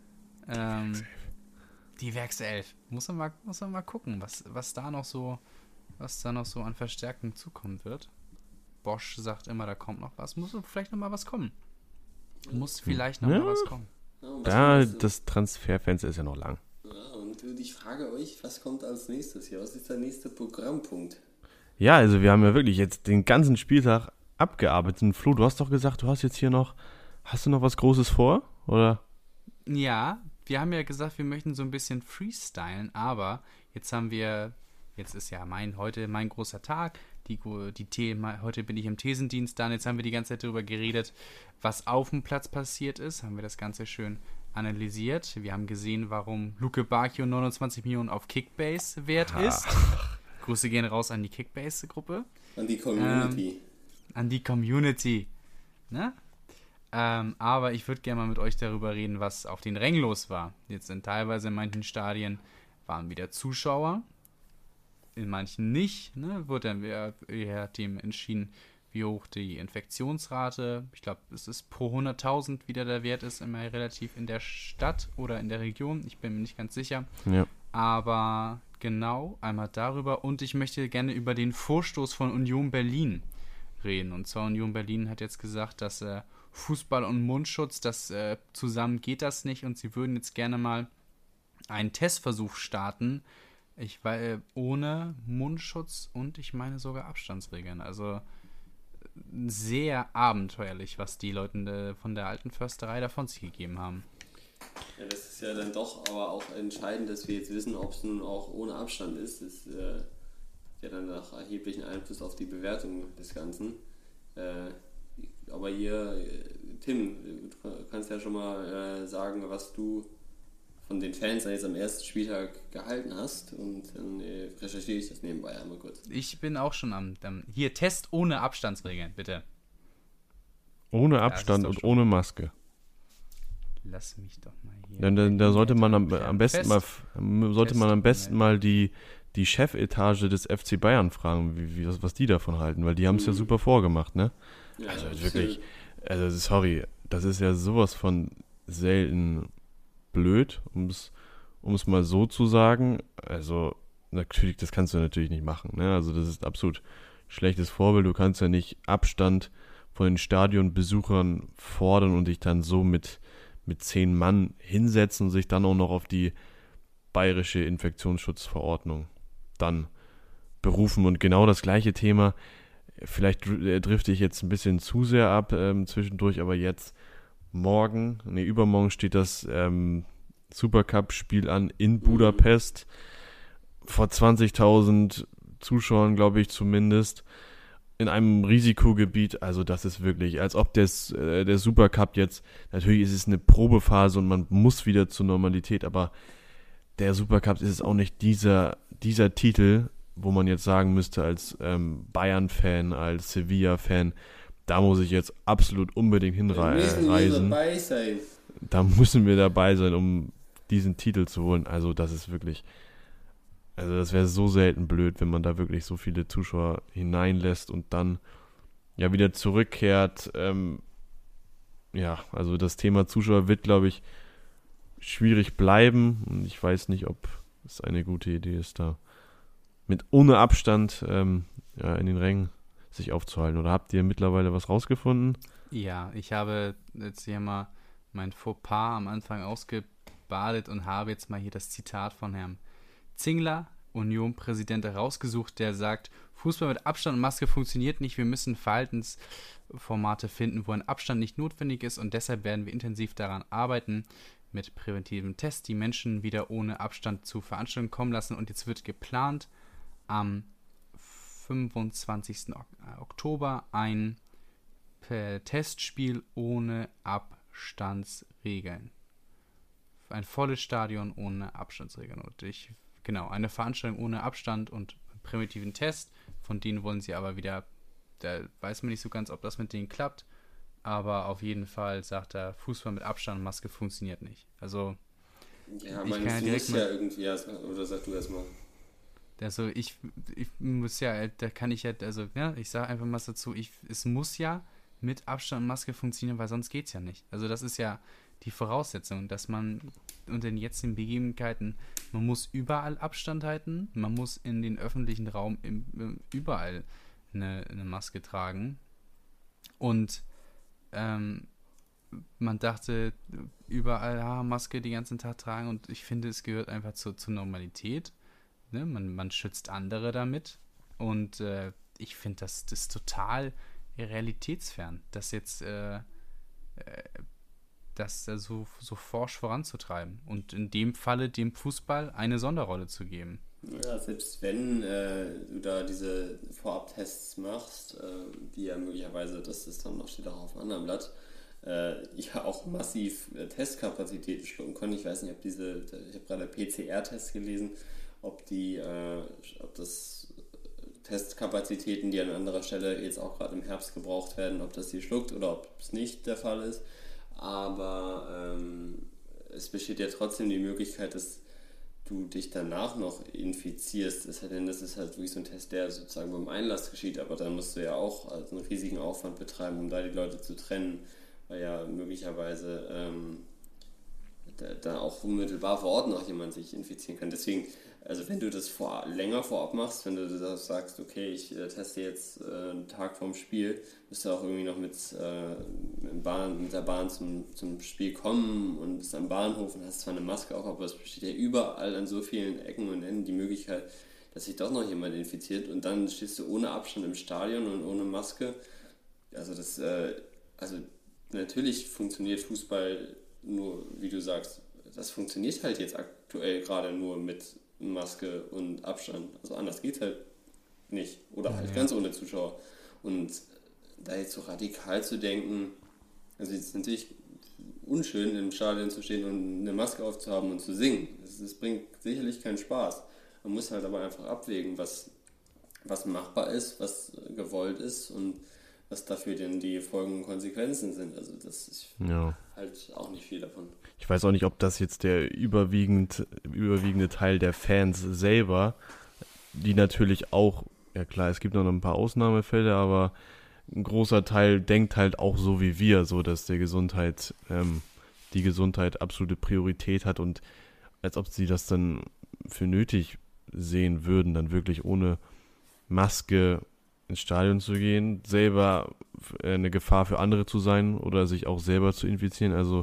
Die Werkself. Muss man mal gucken, was da noch so an Verstärkung zukommen wird. Bosch sagt immer, da kommt noch was. Muss vielleicht noch mal was kommen. Muss vielleicht noch mal was kommen. Ja, das Transferfenster ist ja noch lang. Ja, und ich frage euch, was kommt als nächstes hier? Was ist der nächste Programmpunkt? Ja, also wir haben ja wirklich jetzt den ganzen Spieltag abgearbeitet. Und Flo, du hast doch gesagt, hast du noch was Großes vor, oder? Ja, wir haben ja gesagt, wir möchten so ein bisschen freestylen, aber jetzt ist ja heute mein großer Tag. Heute bin ich im Thesendienst da und jetzt haben wir die ganze Zeit darüber geredet, was auf dem Platz passiert ist. Haben wir das Ganze schön analysiert. Wir haben gesehen, warum Luke Bacchio 29 Millionen auf Kickbase wert ist. Grüße gehen raus an die Kickbase-Gruppe. An die Community. Ne? Aber ich würde gerne mal mit euch darüber reden, was auf den Rängen los war. Jetzt sind teilweise in manchen Stadien waren wieder Zuschauer. In manchen nicht, ne, wurde dann eher dem entschieden, wie hoch die Infektionsrate, ich glaube, es ist pro 100.000, wie der Wert ist, immer relativ in der Stadt oder in der Region, ich bin mir nicht ganz sicher. Ja. Aber genau, einmal darüber und ich möchte gerne über den Vorstoß von Union Berlin reden. Und zwar Union Berlin hat jetzt gesagt, dass Fußball und Mundschutz, zusammen geht das nicht und sie würden jetzt gerne mal einen Testversuch starten, ohne Mundschutz und ich meine sogar Abstandsregeln. Also sehr abenteuerlich, was die Leute von der alten Försterei davon sich gegeben haben. Ja, das ist ja dann doch aber auch entscheidend, dass wir jetzt wissen, ob es nun auch ohne Abstand ist. Das ja dann nach erheblichen Einfluss auf die Bewertung des Ganzen. Aber hier, Tim, du kannst ja schon mal sagen, was du von den Fans jetzt am ersten Spieltag gehalten hast und dann recherchiere ich das nebenbei einmal kurz. Ich bin auch schon hier, Test ohne Abstandsregeln, bitte. Ohne Abstand und ohne Maske. Lass mich doch mal hier. Denn da sollte man am besten mal die Chefetage des FC Bayern fragen, was die davon halten, weil die haben es ja super vorgemacht, ne? Ja, also wirklich, sorry, das ist ja sowas von selten blöd, um es mal so zu sagen. Also natürlich, das kannst du natürlich nicht machen, ne? Also das ist absolut schlechtes Vorbild. Du kannst ja nicht Abstand von den Stadionbesuchern fordern und dich dann so mit 10 Mann hinsetzen und sich dann auch noch auf die bayerische Infektionsschutzverordnung dann berufen. Und genau das gleiche Thema, vielleicht drifte ich jetzt ein bisschen zu sehr ab zwischendurch, aber jetzt übermorgen steht das Supercup-Spiel an in Budapest vor 20.000 Zuschauern, glaube ich zumindest, in einem Risikogebiet. Also das ist wirklich, als ob der Supercup jetzt, natürlich ist es eine Probephase und man muss wieder zur Normalität, aber der Supercup ist es auch nicht dieser Titel, wo man jetzt sagen müsste als Bayern-Fan, als Sevilla-Fan, da muss ich jetzt absolut unbedingt hinreisen. Da müssen wir dabei sein, um diesen Titel zu holen. Also das ist wirklich, das wäre so selten blöd, wenn man da wirklich so viele Zuschauer hineinlässt und dann ja wieder zurückkehrt. Also das Thema Zuschauer wird, glaube ich, schwierig bleiben und ich weiß nicht, ob es eine gute Idee ist, da ohne Abstand in den Rängen sich aufzuhalten. Oder habt ihr mittlerweile was rausgefunden? Ja, ich habe jetzt hier mal mein Fauxpas am Anfang ausgebadet und habe jetzt mal hier das Zitat von Herrn Zingler Union-Präsident rausgesucht, der sagt, Fußball mit Abstand und Maske funktioniert nicht. Wir müssen Verhaltensformate finden, wo ein Abstand nicht notwendig ist und deshalb werden wir intensiv daran arbeiten, mit präventiven Tests die Menschen wieder ohne Abstand zu Veranstaltungen kommen lassen. Und jetzt wird geplant, am 25. Oktober ein Testspiel ohne Abstandsregeln. Ein volles Stadion ohne Abstandsregeln. Und eine Veranstaltung ohne Abstand und primitiven Test, von denen wollen sie aber wieder, da weiß man nicht so ganz, ob das mit denen klappt, aber auf jeden Fall sagt er, Fußball mit Abstand und Maske funktioniert nicht. Also, ja, ich kann ja direkt mal, irgendwie, oder sag du erst mal. Also, ich muss ja, da kann ich ja, also, ja, ich sage einfach mal dazu, es muss ja mit Abstand und Maske funktionieren, weil sonst geht's ja nicht. Also, das ist ja die Voraussetzung, dass man unter den jetzigen Begebenheiten, man muss überall Abstand halten, man muss in den öffentlichen Raum überall eine Maske tragen und man dachte überall Maske den ganzen Tag tragen und ich finde, es gehört einfach zur Normalität. Ne? Man schützt andere damit und ich finde, das ist total realitätsfern, das jetzt das so forsch voranzutreiben und in dem Falle dem Fußball eine Sonderrolle zu geben. Ja, selbst wenn du da diese Vorabtests machst, die ja möglicherweise, das ist dann noch steht auch auf einem anderen Blatt, ja auch massiv Testkapazitäten schlucken können. Ich weiß nicht, ob ich habe gerade PCR-Tests gelesen, ob das Testkapazitäten, die an anderer Stelle jetzt auch gerade im Herbst gebraucht werden, ob das die schluckt oder ob es nicht der Fall ist. Aber es besteht ja trotzdem die Möglichkeit, dass du dich danach noch infizierst. Es sei denn, das ist halt wirklich so ein Test, der sozusagen beim Einlass geschieht, aber dann musst du ja auch einen riesigen Aufwand betreiben, um da die Leute zu trennen, weil ja möglicherweise da auch unmittelbar vor Ort noch jemand sich infizieren kann. Deswegen, also wenn du das länger vorab machst, wenn du das sagst, okay, ich teste jetzt einen Tag vorm Spiel, musst du auch irgendwie noch mit der Bahn zum Spiel kommen und bist am Bahnhof und hast zwar eine Maske auf, aber es besteht ja überall an so vielen Ecken und Enden die Möglichkeit, dass sich doch noch jemand infiziert und dann stehst du ohne Abstand im Stadion und ohne Maske. Also natürlich funktioniert Fußball nur, wie du sagst, das funktioniert halt jetzt aktuell gerade nur mit Maske und Abstand. Also anders geht's halt nicht. Oder halt ganz ohne Zuschauer. Und da jetzt so radikal zu denken, also es ist natürlich unschön, im Stadion zu stehen und eine Maske aufzuhaben und zu singen. Das bringt sicherlich keinen Spaß. Man muss halt aber einfach abwägen, was machbar ist, was gewollt ist und was dafür denn die Folgen und Konsequenzen sind. Also das ist halt auch nicht viel davon. Ich weiß auch nicht, ob das jetzt der überwiegende Teil der Fans selber, die natürlich auch, ja klar, es gibt noch ein paar Ausnahmefälle, aber ein großer Teil denkt halt auch so wie wir, so dass die Gesundheit absolute Priorität hat und als ob sie das dann für nötig sehen würden, dann wirklich ohne Maske ins Stadion zu gehen, selber eine Gefahr für andere zu sein oder sich auch selber zu infizieren. Also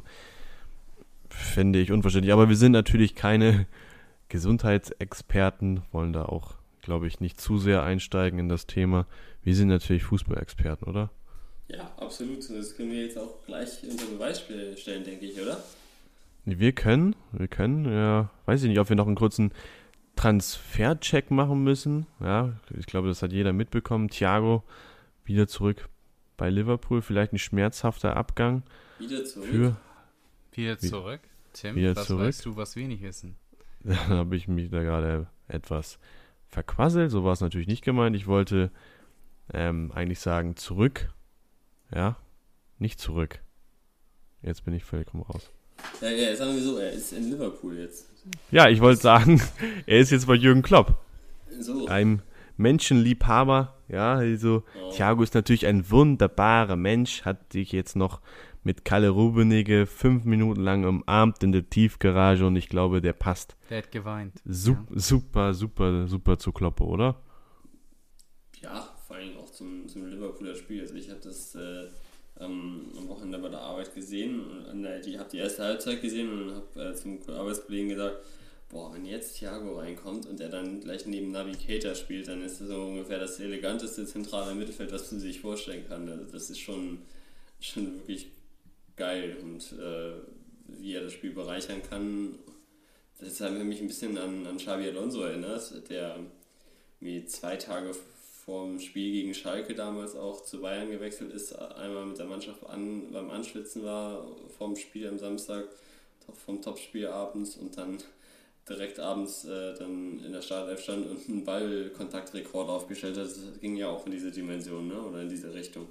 fände ich unverständlich. Aber wir sind natürlich keine Gesundheitsexperten, wollen da auch, glaube ich, nicht zu sehr einsteigen in das Thema. Wir sind natürlich Fußballexperten, oder? Ja, absolut. Das können wir jetzt auch gleich unter Beweis stellen, denke ich, oder? Wir können, ja, weiß ich nicht, ob wir noch einen kurzen Transfercheck machen müssen. Ja, ich glaube, das hat jeder mitbekommen. Thiago wieder zurück bei Liverpool. Vielleicht ein schmerzhafter Abgang. Wieder zurück? Wieder zurück? Tim, was weißt du, was wir nicht wissen? Da habe ich mich da gerade etwas verquasselt. So war es natürlich nicht gemeint. Ich wollte eigentlich sagen zurück. Ja, nicht zurück. Jetzt bin ich völlig raus. Ja, sagen wir so, er ist in Liverpool jetzt. Ja, ich wollte sagen, er ist jetzt bei Jürgen Klopp. So. Einem Menschenliebhaber. Ja, also Thiago ist natürlich ein wunderbarer Mensch, hat sich jetzt noch mit Kalle Rummenigge 5 Minuten lang umarmt in der Tiefgarage und ich glaube, der passt. Der hat geweint. Super zu Klopp, oder? Ja, vor allem auch zum Liverpooler Spiel. Also ich habe das am Wochenende bei der Arbeit gesehen und ich habe die erste Halbzeit gesehen und habe zum Arbeitskollegen gesagt, wenn jetzt Thiago reinkommt und er dann gleich neben Naby Keita spielt, dann ist das so ungefähr das eleganteste zentrale Mittelfeld, was man sich vorstellen kann. Also das ist schon wirklich geil und wie er das Spiel bereichern kann. Das hat mich ein bisschen an Xabi Alonso erinnert, der wie 2 Tage vor dem Spiel gegen Schalke damals auch zu Bayern gewechselt ist, einmal mit der Mannschaft beim Anschwitzen war vor dem Spiel am Samstag, vom Topspiel abends und dann direkt abends dann in der Startelf stand und einen Ballkontaktrekord aufgestellt hat. Das ging ja auch in diese Dimension, ne? Oder in diese Richtung.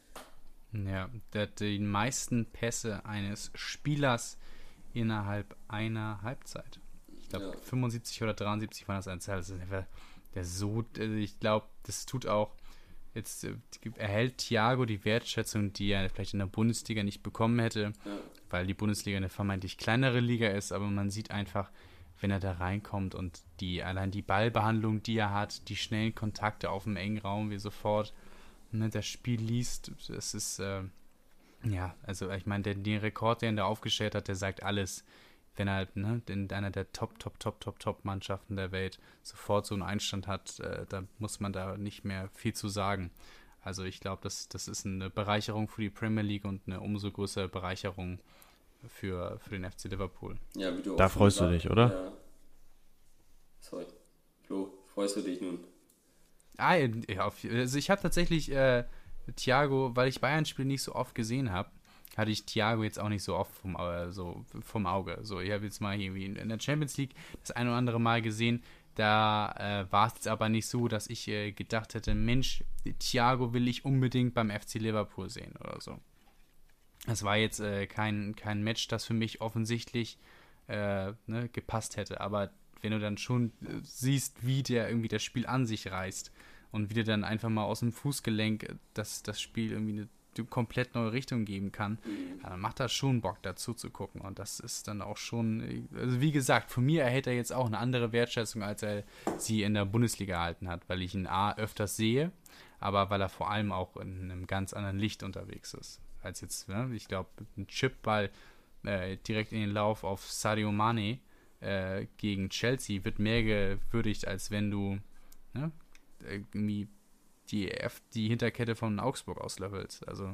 Ja, der hat die meisten Pässe eines Spielers innerhalb einer Halbzeit. Ich glaube, 75 oder 73 war das eine Zahl. Das ist einfach ich glaube, das tut auch, jetzt erhält Thiago die Wertschätzung, die er vielleicht in der Bundesliga nicht bekommen hätte, weil die Bundesliga eine vermeintlich kleinere Liga ist, aber man sieht einfach, wenn er da reinkommt und allein die Ballbehandlung, die er hat, die schnellen Kontakte auf dem engen Raum, wie sofort das Spiel liest, es ist, also ich meine, den Rekord, den er aufgestellt hat, der sagt alles. Wenn er halt in einer der Top-Mannschaften der Welt sofort so einen Einstand hat, da muss man da nicht mehr viel zu sagen. Also ich glaube, das ist eine Bereicherung für die Premier League und eine umso größere Bereicherung für den FC Liverpool. Ja, wie du da freust du dich, oder? Ja. Sorry. Flo, freust du dich nun? Also ich habe tatsächlich Thiago, weil ich Bayern-Spiele nicht so oft gesehen habe, hatte ich Thiago jetzt auch nicht so oft vom Auge. So, ich habe jetzt mal irgendwie in der Champions League das ein oder andere Mal gesehen, da war es jetzt aber nicht so, dass ich gedacht hätte, Mensch, Thiago will ich unbedingt beim FC Liverpool sehen oder so. Das war jetzt kein Match, das für mich offensichtlich gepasst hätte, aber wenn du dann schon siehst, wie der irgendwie das Spiel an sich reißt und wie der dann einfach mal aus dem Fußgelenk das Spiel irgendwie eine komplett neue Richtung geben kann, dann macht das schon Bock, dazu zu gucken. Und das ist dann auch schon, also wie gesagt, von mir erhält er jetzt auch eine andere Wertschätzung, als er sie in der Bundesliga erhalten hat, weil ich ihn öfters sehe, aber weil er vor allem auch in einem ganz anderen Licht unterwegs ist. Als jetzt, ich glaube, ein Chipball direkt in den Lauf auf Sadio Mane gegen Chelsea wird mehr gewürdigt, als wenn du irgendwie die Hinterkette von Augsburg auslöffelst. Also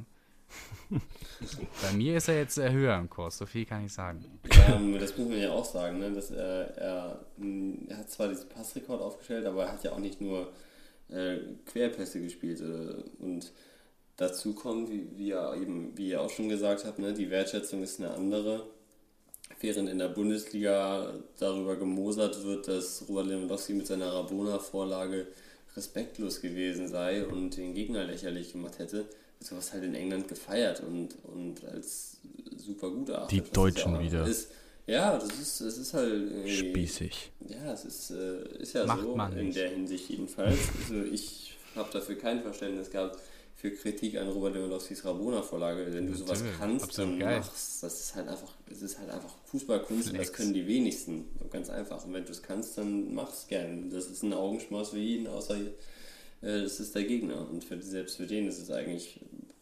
bei mir ist er jetzt höher im Kurs, so viel kann ich sagen. Das muss man ja auch sagen, ne? Dass er hat zwar diesen Passrekord aufgestellt, aber er hat ja auch nicht nur Querpässe gespielt. Und dazu kommt, wie ihr auch schon gesagt habt, ne? Die Wertschätzung ist eine andere. Während in der Bundesliga darüber gemosert wird, dass Robert Lewandowski mit seiner Rabona-Vorlage respektlos gewesen sei und den Gegner lächerlich gemacht hätte, ist sowas halt in England gefeiert und als super gut erachtet. Die Deutschen wieder. Das ist halt spießig. Ja, es ist ja macht so, in der Hinsicht jedenfalls. Also ich habe dafür kein Verständnis gehabt für Kritik an Robert Lewandowskis Rabona-Vorlage. Wenn du sowas kannst, dann machst, das ist halt einfach Fußballkunst und das können die wenigsten. Ganz einfach. Und wenn du es kannst, dann mach's gern. Das ist ein Augenschmaus für jeden, außer das ist der Gegner. Und selbst für den ist es eigentlich,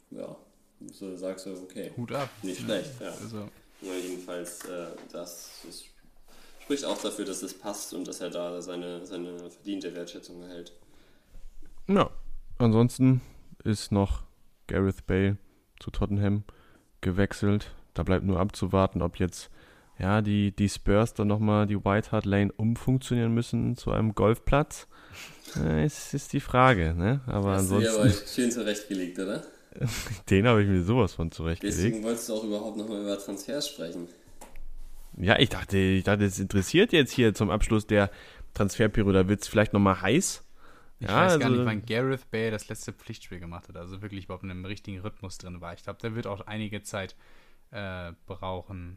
so sagst du, okay. Hut ab. Nicht schlecht, ja. Also. Ja, jedenfalls, das spricht auch dafür, dass es passt und dass er da seine verdiente Wertschätzung erhält. Ja, ansonsten ist noch Gareth Bale zu Tottenham gewechselt. Da bleibt nur abzuwarten, ob jetzt die Spurs dann nochmal die White Hart Lane umfunktionieren müssen zu einem Golfplatz. Es ist die Frage, ne? Aber hast ansonsten. Du dir aber schön zurechtgelegt, oder? Den habe ich mir sowas von zurechtgelegt. Deswegen wolltest du auch überhaupt nochmal über Transfers sprechen. Ja, ich dachte, es interessiert jetzt hier zum Abschluss der Transferperiode. Da wird es vielleicht nochmal heiß. Ich weiß gar nicht, wann Gareth Bale das letzte Pflichtspiel gemacht hat. Also wirklich überhaupt in einem richtigen Rhythmus drin war. Ich glaube, der wird auch einige Zeit brauchen,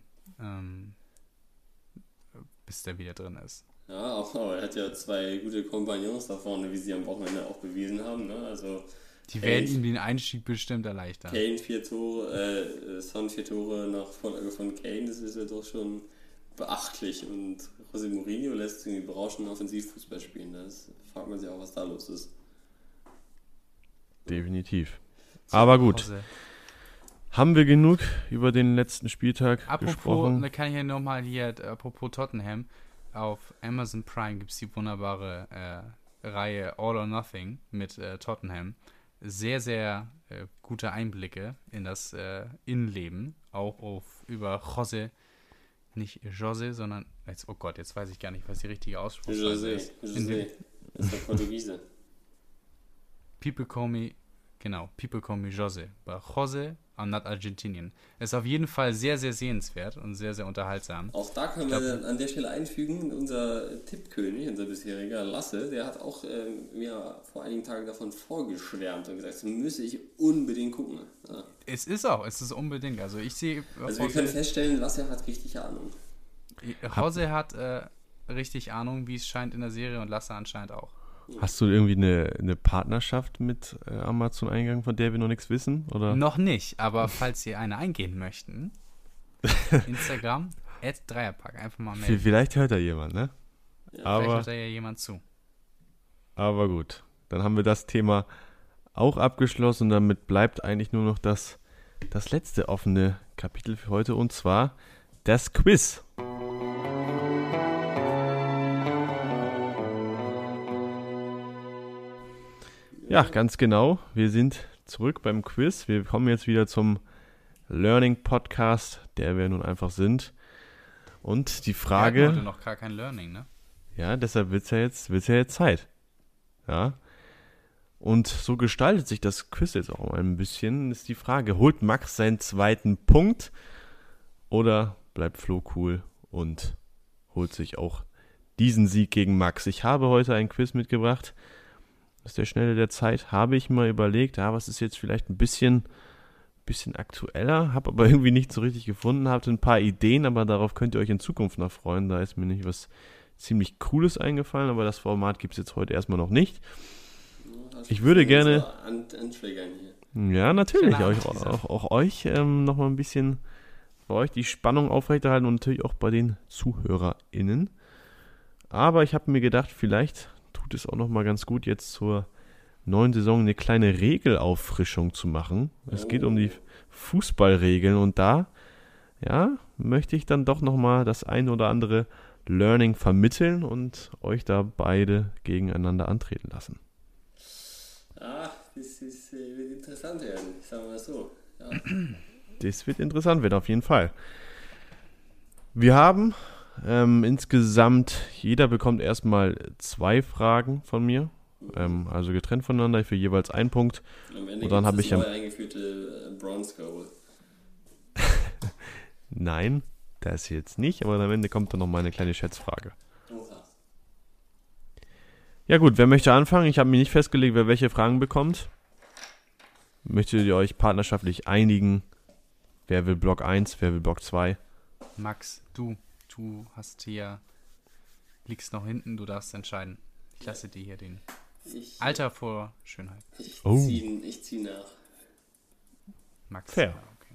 bis der wieder drin ist. Ja, aber er hat ja 2 gute Kompagnons da vorne, wie sie am Wochenende auch bewiesen haben. Ne? Also die werden ihm den Einstieg bestimmt erleichtern. Kane 4 Tore, Son 4 Tore nach Vorlage von Kane, das ist ja doch schon beachtlich. Und José Mourinho lässt irgendwie berauschend Offensivfußball spielen. Da fragt man sich auch, was da los ist. Definitiv. Aber gut. Haben wir genug über den letzten Spieltag gesprochen? Da kann ich ja nochmal apropos Tottenham, auf Amazon Prime gibt es die wunderbare Reihe All or Nothing mit Tottenham. Sehr, sehr gute Einblicke in das Innenleben, auch über José, nicht José, sondern, jetzt weiß ich gar nicht, was die richtige Aussprache ist. José, ist der Portugiese. People call me José, but José, I'm not Argentinian. Ist auf jeden Fall sehr, sehr sehenswert und sehr, sehr unterhaltsam. Auch da können wir dann an der Stelle einfügen, unser Tippkönig, unser bisheriger Lasse, der hat auch mir vor einigen Tagen davon vorgeschwärmt und gesagt, das müsse ich unbedingt gucken. Ja. Es ist unbedingt. Also ich sehe... Also wir können feststellen, Lasse hat richtig Ahnung. José hat richtig Ahnung, wie es scheint in der Serie, und Lasse anscheinend auch. Hast du irgendwie eine Partnerschaft mit Amazon eingegangen, von der wir noch nichts wissen? Oder? Noch nicht, aber falls ihr eine eingehen möchten, Instagram, @Dreierpack, einfach mal melden. Vielleicht hört da jemand, ne? Ja, vielleicht hört da ja jemand zu. Aber gut, dann haben wir das Thema auch abgeschlossen und damit bleibt eigentlich nur noch das letzte offene Kapitel für heute, und zwar das Quiz. Ja, ganz genau. Wir sind zurück beim Quiz. Wir kommen jetzt wieder zum Learning Podcast, der wir nun einfach sind. Und die Frage... Wir hatten heute noch gar kein Learning, ne? Ja, deshalb wird's ja jetzt Zeit. Ja. Und so gestaltet sich das Quiz jetzt auch ein bisschen. Ist die Frage, holt Max seinen zweiten Punkt oder bleibt Flo cool und holt sich auch diesen Sieg gegen Max? Ich habe heute ein Quiz mitgebracht. Aus der Schnelle der Zeit habe ich mal überlegt, was ist jetzt vielleicht ein bisschen aktueller, habe aber irgendwie nicht so richtig gefunden, hatte ein paar Ideen, aber darauf könnt ihr euch in Zukunft noch freuen. Da ist mir nicht was ziemlich Cooles eingefallen, aber das Format gibt es jetzt heute erstmal noch nicht. Ich würde gerne... Ja, natürlich, auch euch nochmal ein bisschen bei euch die Spannung aufrechterhalten und natürlich auch bei den ZuhörerInnen. Aber ich habe mir gedacht, vielleicht tut es auch nochmal ganz gut, jetzt zur neuen Saison eine kleine Regelauffrischung zu machen. Es geht um die Fußballregeln und da, möchte ich dann doch nochmal das ein oder andere Learning vermitteln und euch da beide gegeneinander antreten lassen. Das wird interessant werden, sagen wir mal so. Ja. Das wird interessant werden, auf jeden Fall. Wir haben insgesamt, jeder bekommt erstmal 2 Fragen von mir, also getrennt voneinander, für jeweils 1 Punkt. Am Ende und dann habe ich das neu eingeführte Bronze Goal. Nein, das jetzt nicht, aber am Ende kommt dann noch mal eine kleine Schätzfrage. Oha. Ja gut, wer möchte anfangen? Ich habe mir nicht festgelegt, wer welche Fragen bekommt. Möchtet ihr euch partnerschaftlich einigen? Wer will Block 1, wer will Block 2? Max, du hast hier, liegst noch hinten, du darfst entscheiden. Ich lasse dir hier den Alter vor Schönheit. Ich zieh nach. Max. Fair. Ja, okay.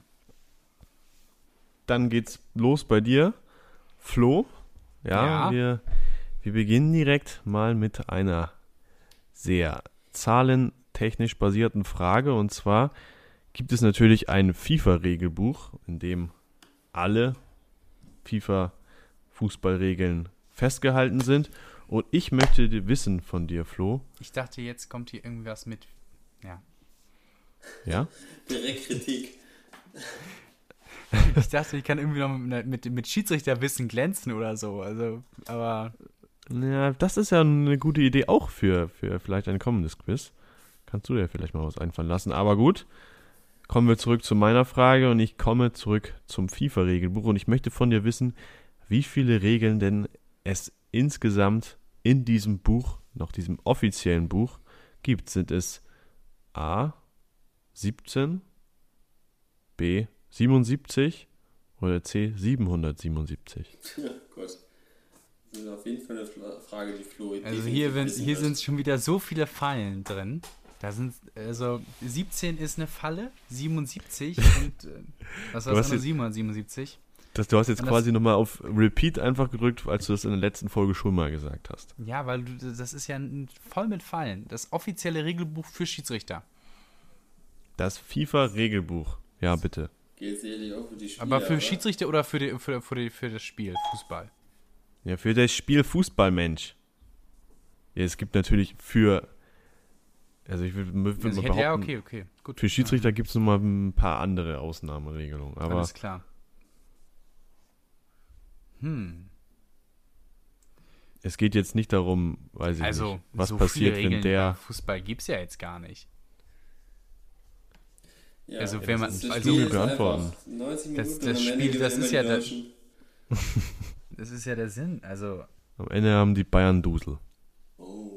Dann geht's los bei dir, Flo. Ja. Wir beginnen direkt mal mit einer sehr zahlentechnisch basierten Frage. Und zwar gibt es natürlich ein FIFA-Regelbuch, in dem alle FIFA-Fußballregeln festgehalten sind. Und ich möchte wissen von dir, Flo. Ich dachte, jetzt kommt hier irgendwas mit... Ja? Direkt Kritik. Ich dachte, ich kann irgendwie noch mit Schiedsrichterwissen glänzen oder so. Also, aber... Ja, das ist ja eine gute Idee auch für vielleicht ein kommendes Quiz. Kannst du dir vielleicht mal was einfallen lassen. Aber gut, kommen wir zurück zu meiner Frage und ich komme zurück zum FIFA-Regelbuch. Und ich möchte von dir wissen, wie viele Regeln denn es insgesamt in diesem Buch, noch diesem offiziellen Buch, gibt. Sind es A, 17, B, 77 oder C, 777? Ja, gut. Das ist auf jeden Fall eine Frage, die Flo... Also hier sind schon wieder so viele Fallen drin. Da sind, 17 ist eine Falle, 77 und was war das andere, 777? Du hast jetzt quasi nochmal auf Repeat einfach gedrückt, als du das in der letzten Folge schon mal gesagt hast. Ja, weil das ist ja voll mit Fallen. Das offizielle Regelbuch für Schiedsrichter. Das FIFA-Regelbuch. Ja, bitte. Gilt sicherlich auch für die Spieler, aber für Schiedsrichter oder für das Spiel, Fußball? Ja, für das Spiel Fußball, Mensch. Ja, es gibt natürlich für, also ich würde mal behaupten, ja, okay, gut. Für Schiedsrichter gibt es nochmal ein paar andere Ausnahmeregelungen. Aber alles klar. Es geht jetzt nicht darum, weiß ich nicht, was so passiert, viele wenn der... Fußball gibt es ja jetzt gar nicht. Ja, also wenn man... Also beantworten. 90 Minuten das Spiel, das ist ja das ist ja der Sinn. Also am Ende haben die Bayern Dusel. Oh.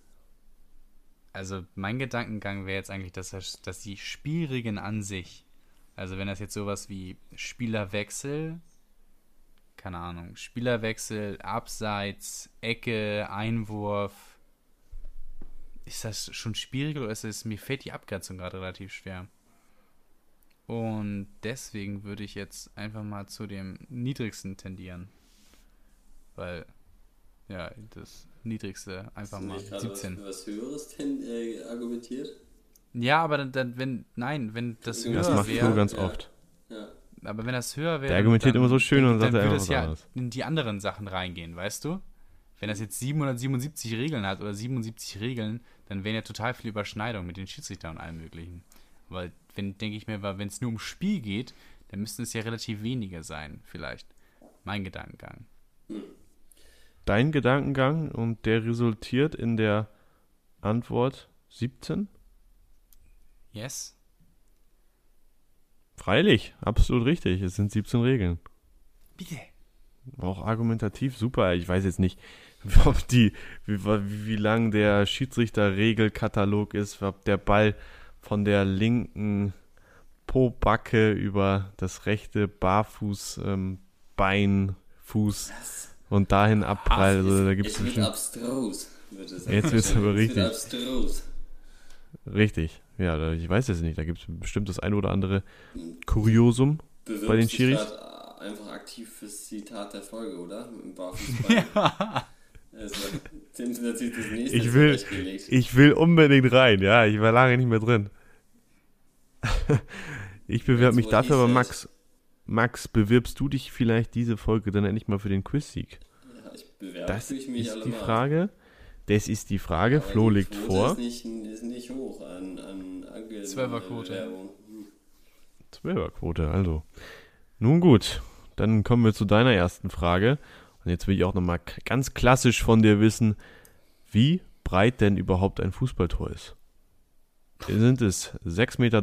Also mein Gedankengang wäre jetzt eigentlich, dass die Spielregeln an sich, also wenn das jetzt sowas wie Spielerwechsel, keine Ahnung, Spielerwechsel, Abseits, Ecke, Einwurf, ist das schon Spielregel oder mir fällt die Abgrenzung gerade relativ schwer. Und deswegen würde ich jetzt einfach mal zu dem niedrigsten tendieren. Weil, ja, das niedrigste einfach mal 17. Was Höheres argumentiert? Ja, aber dann wenn das höher wäre... Das macht Flo ganz oft. Ja. Aber wenn das höher wäre... Der argumentiert immer so schön und sagt dann würde einfach es ja anderes. in die anderen Sachen reingehen, weißt du? Wenn das jetzt 777 Regeln hat oder 77 Regeln, dann wären ja total viele Überschneidungen mit den Schiedsrichtern und allem möglichen. Weil, denke ich mir, wenn es nur ums Spiel geht, dann müssten es ja relativ wenige sein, vielleicht. Mein Gedankengang. Dein Gedankengang und der resultiert in der Antwort 17? Yes. Freilich, absolut richtig. Es sind 17 Regeln. Bitte. Auch argumentativ super. Ich weiß jetzt nicht, ob wie lang der Schiedsrichter-Regelkatalog ist, ob der Ball von der linken Pobacke über das rechte Barfußbein, Fuß und dahin abprallt. Also, da gibt's bestimmt abstrus, würde ich sagen. Jetzt wird es aber richtig. Abstrus. Richtig. Ja, ich weiß es nicht. Da gibt es bestimmt das ein oder andere Kuriosum bei den Schiris. Einfach aktiv fürs Zitat der Folge, oder? Im Barfußbein. Ja. Also, Tim hat sich das nächste ich will unbedingt rein, ja. Ich war lange nicht mehr drin. Ich bewerbe mich dafür, aber Max, bewirbst du dich vielleicht diese Folge dann endlich mal für den Quiz-Sieg? Ja, ich bewerbe das mich ist alle die mal. Frage. Das ist die Frage. Aber Flo die liegt Quote vor. Ist nicht hoch an 12er-Quote. 12er-Quote, also. Nun gut, dann kommen wir zu deiner ersten Frage. Und jetzt will ich auch nochmal ganz klassisch von dir wissen, wie breit denn überhaupt ein Fußballtor ist. Sind es 6,93 Meter,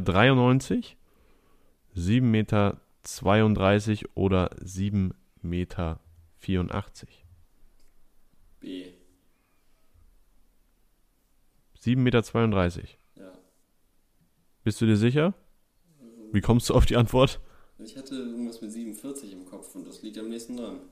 7,32 Meter oder 7,84 Meter? B. 7,32 Meter. Ja. Bist du dir sicher? Wie kommst du auf die Antwort? Ich hatte irgendwas mit 47 im Kopf und das liegt am nächsten dran.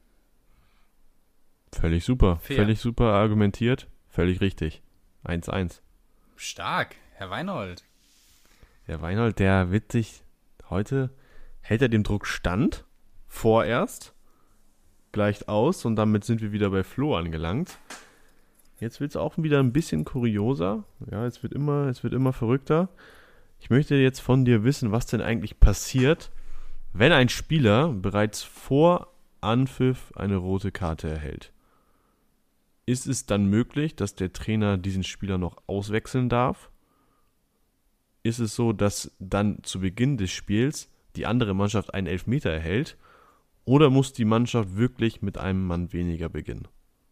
Völlig super. Fair. Völlig super argumentiert. Völlig richtig. 1-1. Stark, Herr Weinhold. Der Weinhold, der wird sich heute, hält er dem Druck stand, vorerst, gleicht aus und damit sind wir wieder bei Flo angelangt. Jetzt wird es auch wieder ein bisschen kurioser. Ja, es wird immer verrückter. Ich möchte jetzt von dir wissen, was denn eigentlich passiert, wenn ein Spieler bereits vor Anpfiff eine rote Karte erhält. Ist es dann möglich, dass der Trainer diesen Spieler noch auswechseln darf? Ist es so, dass dann zu Beginn des Spiels die andere Mannschaft einen Elfmeter erhält? Oder muss die Mannschaft wirklich mit einem Mann weniger beginnen?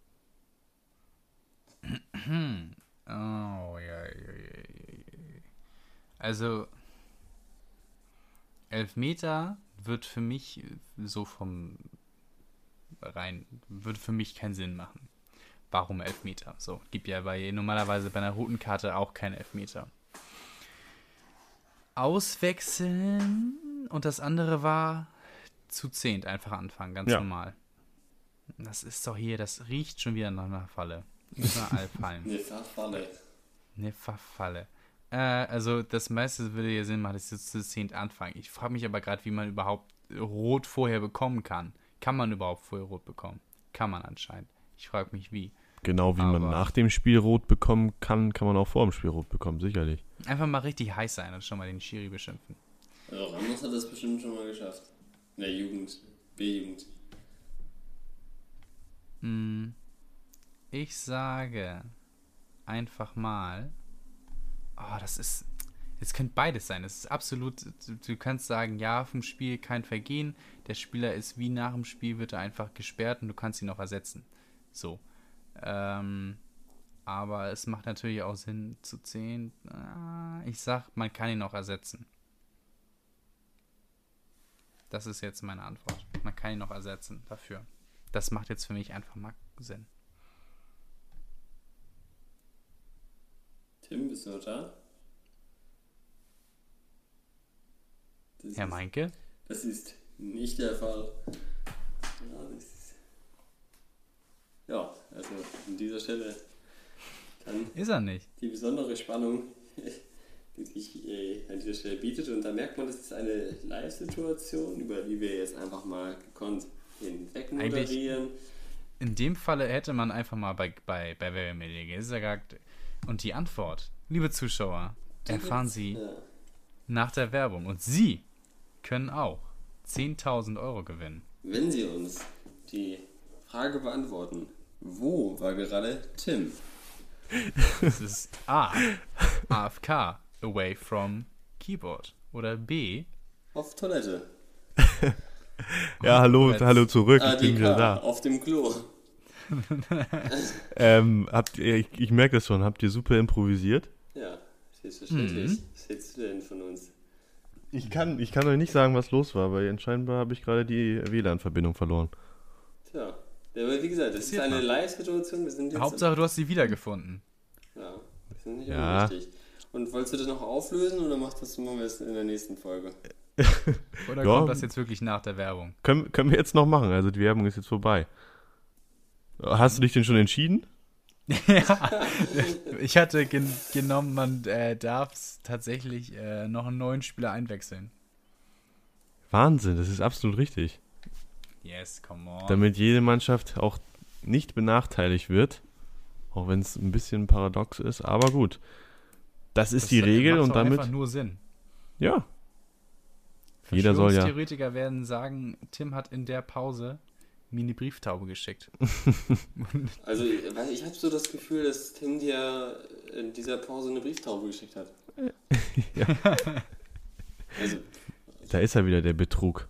Oh, ja. Also, Elfmeter wird für mich würde für mich keinen Sinn machen. Warum Elfmeter? So, gibt ja normalerweise bei einer roten Karte auch keinen Elfmeter. Auswechseln und das andere war zu 10 einfach anfangen, ganz normal. Das ist doch hier, das riecht schon wieder nach einer Falle. Überall Fallen. Eine Verfalle. Also das meiste würde ja Sinn machen, dass jetzt zu 10 anfangen. Ich frage mich aber gerade, wie man überhaupt Rot vorher bekommen kann. Kann man überhaupt vorher Rot bekommen? Kann man anscheinend. Ich frage mich, wie. Genau wie man nach dem Spiel Rot bekommen kann, kann man auch vor dem Spiel Rot bekommen, sicherlich. Einfach mal richtig heiß sein und schon mal den Schiri beschimpfen. Also Ramos hat das bestimmt schon mal geschafft. In der Jugend, B-Jugend. Ich sage einfach mal, es könnte beides sein. Es ist absolut, du kannst sagen, ja, vom Spiel kein Vergehen. Der Spieler ist wie nach dem Spiel, wird er einfach gesperrt und du kannst ihn noch ersetzen. So. Aber es macht natürlich auch Sinn zu zählen. Ich sag, man kann ihn noch ersetzen. Das ist jetzt meine Antwort. Man kann ihn noch ersetzen dafür. Das macht jetzt für mich einfach mal Sinn. Tim, bist du noch da? Herr Meinke? Das ist nicht der Fall. Ja, also an dieser Stelle dann ist er nicht. Die besondere Spannung, die sich an dieser Stelle bietet. Und da merkt man, das ist eine Live-Situation, über die wir jetzt einfach mal gekonnt hinweg moderieren. In dem Falle hätte man einfach mal bei Wer wird Millionär. Und die Antwort, liebe Zuschauer, erfahren Sie nach der Werbung. Und Sie können auch 10.000 Euro gewinnen. Wenn Sie uns die Frage beantworten, wo war gerade Tim? Das ist A. AFK, away from keyboard. Oder B. Auf Toilette. Ja, hallo zurück, ich bin wieder da. Auf dem Klo. Ich merke das schon, habt ihr super improvisiert? Ja, selbstverständlich. Was hältst du denn von uns? Ich kann euch nicht sagen, was los war, weil anscheinend habe ich gerade die WLAN-Verbindung verloren. Tja, aber wie gesagt, das ist eine Live-Situation. Wir sind jetzt Hauptsache, du hast sie wiedergefunden. Ja, das ist nicht immer richtig. Und wolltest du das noch auflösen oder machen wir es in der nächsten Folge? Oder kommt das jetzt wirklich nach der Werbung? Können wir jetzt noch machen, also die Werbung ist jetzt vorbei. Hast du dich denn schon entschieden? Ja, ich hatte genommen, man darf tatsächlich noch einen neuen Spieler einwechseln. Wahnsinn, das ist absolut richtig. Yes, come on. Damit jede Mannschaft auch nicht benachteiligt wird, auch wenn es ein bisschen paradox ist, aber gut. Das ist die Regel und damit... einfach nur Sinn. Ja. Jeder soll ja... Theoretiker werden sagen, Tim hat in der Pause mir eine Brieftaube geschickt. Also, ich habe so das Gefühl, dass Tim dir in dieser Pause eine Brieftaube geschickt hat. Ja. Also, da ist ja wieder der Betrug.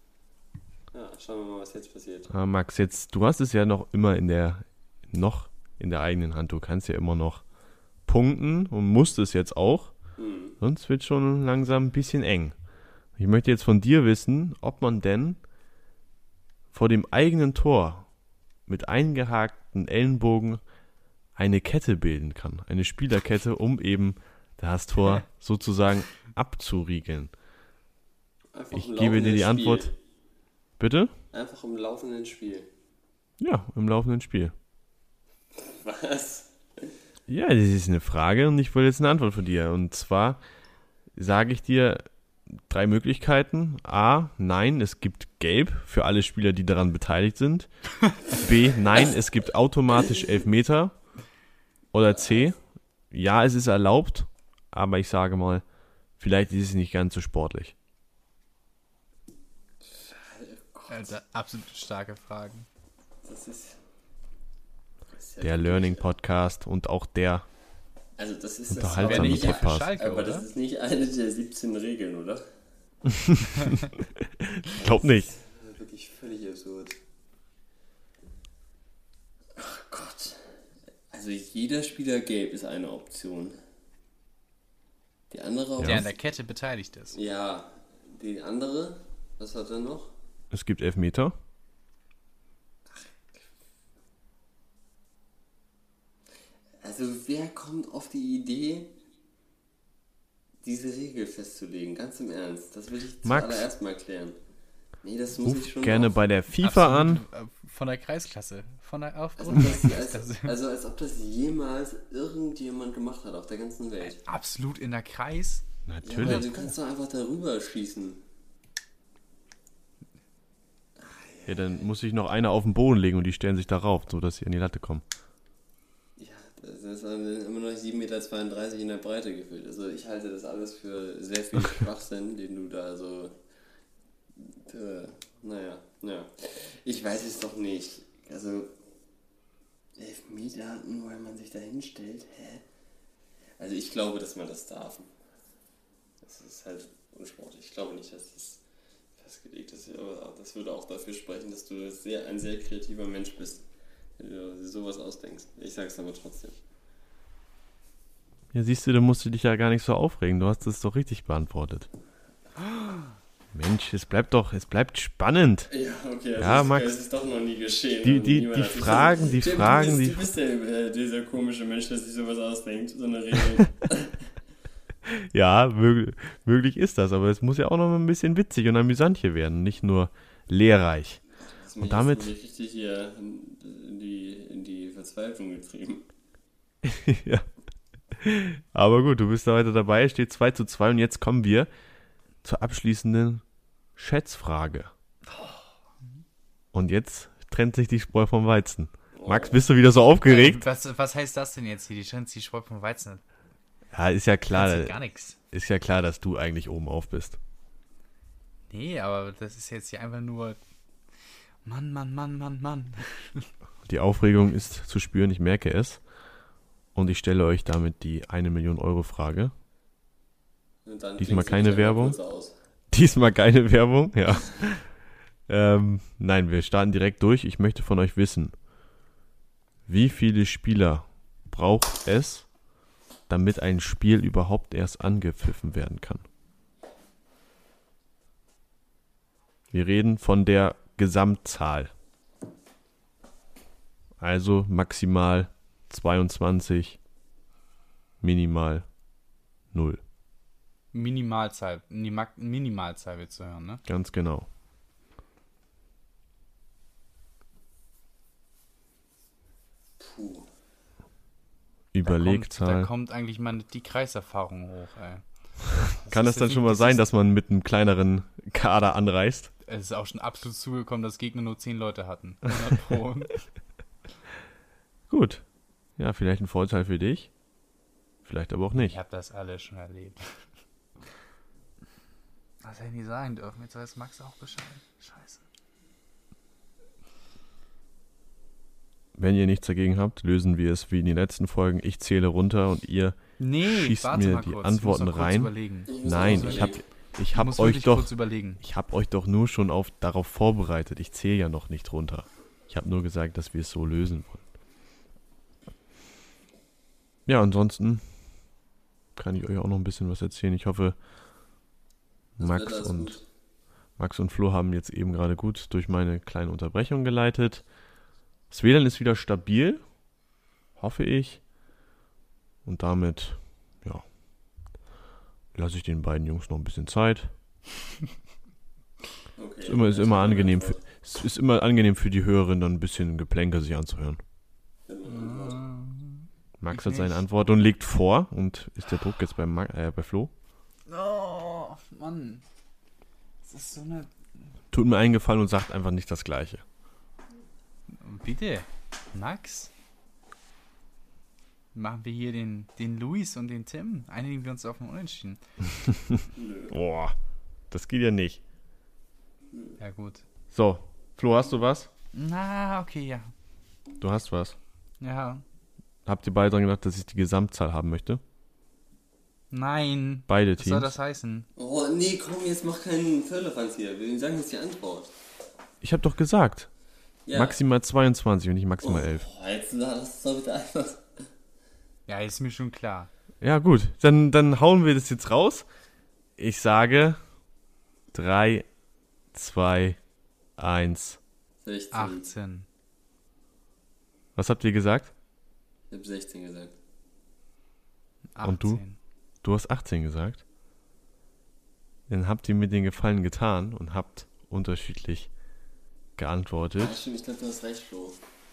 Ja, schauen wir mal, was jetzt passiert. Max, du hast es ja noch immer in der eigenen Hand. Du kannst ja immer noch punkten und musst es jetzt auch. Sonst wird schon langsam ein bisschen eng. Ich möchte jetzt von dir wissen, ob man denn vor dem eigenen Tor mit eingehakten Ellenbogen eine Kette bilden kann. Eine Spielerkette, um eben das Tor sozusagen abzuriegeln. Ich gebe dir die Antwort. Bitte? Einfach im laufenden Spiel. Ja, im laufenden Spiel. Was? Ja, das ist eine Frage und ich will jetzt eine Antwort von dir. Und zwar sage ich dir 3 Möglichkeiten. A, nein, es gibt Gelb für alle Spieler, die daran beteiligt sind. B, nein, es gibt automatisch Elfmeter. Oder C, ja, es ist erlaubt, aber ich sage mal, vielleicht ist es nicht ganz so sportlich. Alter, absolut starke Fragen. Das ist der Learning Podcast und auch der unterhaltsame Podcast. Schalke, aber das ist nicht eine der 17 Regeln, oder? Ich glaube nicht. Das ist wirklich völlig absurd. Ach Gott. Also jeder Spieler gelb ist eine Option. Die andere Option. Der an der Kette beteiligt ist. Ja, die andere, was hat er noch? Es gibt Elfmeter. Also wer kommt auf die Idee, diese Regel festzulegen? Ganz im Ernst. Das will ich zuallererst mal klären. Nee, das muss ich schon gerne bei der FIFA absolut an. Von der Kreisklasse. Also als ob das jemals irgendjemand gemacht hat auf der ganzen Welt. Absolut in der Kreis? Natürlich. Ja, du kannst doch einfach darüber schießen. Ja, dann muss sich noch einer auf den Boden legen und die stellen sich darauf, sodass sie an die Latte kommen. Ja, das ist immer noch 7,32 Meter in der Breite gefüllt. Also ich halte das alles für sehr viel Schwachsinn, den du da so... naja. Ich weiß es doch nicht. Also Elfmeter, nur weil man sich da hinstellt? Hä? Also ich glaube, dass man das darf. Das ist halt unsportlich. Ich glaube nicht, dass das festgelegt ist. Aber das würde auch dafür sprechen, dass du ein sehr kreativer Mensch bist, wenn du dir sowas ausdenkst. Ich sag's aber trotzdem. Ja, siehst du, da musst du dich ja gar nicht so aufregen. Du hast es doch richtig beantwortet. Mensch, es bleibt spannend. Ja, okay, also ja, Max, das ist doch noch nie geschehen. Die Fragen, Du bist dieser komische Mensch, der sich sowas ausdenkt, so eine Regel. Ja, möglich ist das, aber es muss ja auch noch ein bisschen witzig und amüsant hier werden, nicht nur lehrreich. Und damit hast du mich richtig hier in die Verzweiflung getrieben. ja. Aber gut, du bist da weiter dabei, steht 2:2 und jetzt kommen wir zur abschließenden Schätzfrage. Und jetzt trennt sich die Spreu vom Weizen. Max, bist du wieder so aufgeregt? Was heißt das denn jetzt hier? Die trennt die Spreu vom Weizen. Ja, ist ja klar. Gar nichts. Ist ja klar, dass du eigentlich oben auf bist. Nee, aber das ist jetzt hier einfach nur Mann. Die Aufregung ist zu spüren, ich merke es. Und ich stelle euch damit die 1 Million Euro Frage. Diesmal keine Werbung. Diesmal keine Werbung, ja. Nein, wir starten direkt durch. Ich möchte von euch wissen, wie viele Spieler braucht es, damit ein Spiel überhaupt erst angepfiffen werden kann? Wir reden von der Gesamtzahl. Also maximal 22, minimal 0. Minimalzahl willst du hören, ne? Ganz genau. Puh. Überlegzahl. Da kommt eigentlich mal die Kreiserfahrung hoch, ey. Kann das dann schon mal sein, dass man mit einem kleineren Kader anreist? Es ist auch schon absolut zugekommen, dass Gegner nur 10 Leute hatten. 100 Pro. Gut. Ja, vielleicht ein Vorteil für dich. Vielleicht aber auch nicht. Ich habe das alles schon erlebt. Was hätte ich nicht sagen dürfen? Jetzt weiß Max auch Bescheid. Scheiße. Wenn ihr nichts dagegen habt, lösen wir es wie in den letzten Folgen. Ich zähle runter und ihr schießt mir die Antworten rein. Nein, ich habe euch doch nur schon darauf vorbereitet. Ich zähle ja noch nicht runter. Ich habe nur gesagt, dass wir es so lösen wollen. Ja, ansonsten kann ich euch auch noch ein bisschen was erzählen. Ich hoffe, Max und Flo haben jetzt eben gerade gut durch meine kleine Unterbrechung geleitet. Das WLAN ist wieder stabil, hoffe ich. Und damit, ja, lasse ich den beiden Jungs noch ein bisschen Zeit. Okay, ist immer angenehm für die Hörerin, dann ein bisschen Geplänkel sich anzuhören. Max hat seine Antwort und legt vor. Und ist der Druck jetzt bei Flo? Oh, Mann. Das ist so eine... Tut mir einen Gefallen und sagt einfach nicht das Gleiche. Bitte, Max. Machen wir hier den Luis und den Tim. Einigen wir uns auf ein Unentschieden. Boah, das geht ja nicht. Ja, gut. So, Flo, hast du was? Na, okay, ja. Du hast was? Ja. Habt ihr beide dran gedacht, dass ich die Gesamtzahl haben möchte? Nein. Beide Teams. Was soll das heißen? Oh, nee, komm, jetzt mach keinen Firlefanz hier. Wir sagen jetzt die Antwort. Ich hab doch gesagt. Ja. Maximal 22 und nicht maximal 11. Jetzt lass es doch bitte einfach. Ja, ist mir schon klar. Ja, gut. Dann hauen wir das jetzt raus. Ich sage 3, 2, 1. 16. 18. Was habt ihr gesagt? Ich hab 16 gesagt. 18. Und du? Du hast 18 gesagt? Dann habt ihr mir den Gefallen getan und habt unterschiedlich geantwortet. Ja, stimmt, ich glaube, du hast recht, Flo.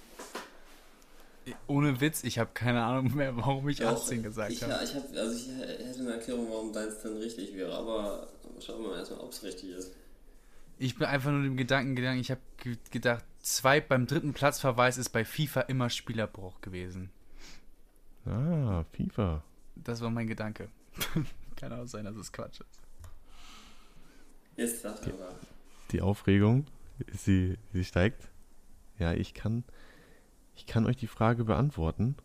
Ohne Witz, ich habe keine Ahnung mehr, warum ich 18 gesagt habe. Ich hätte eine Erklärung, warum deins dann richtig wäre, aber schauen wir mal erstmal, ob es richtig ist. Ich bin einfach nur dem Gedanken gegangen, ich habe gedacht, beim 3. Platzverweis ist bei FIFA immer Spielerbruch gewesen. Ah, FIFA. Das war mein Gedanke. Kann auch sein, dass es Quatsch ist. Jetzt sag aber. Die Aufregung, sie steigt. Ja, ich kann Ich kann euch die Frage beantworten.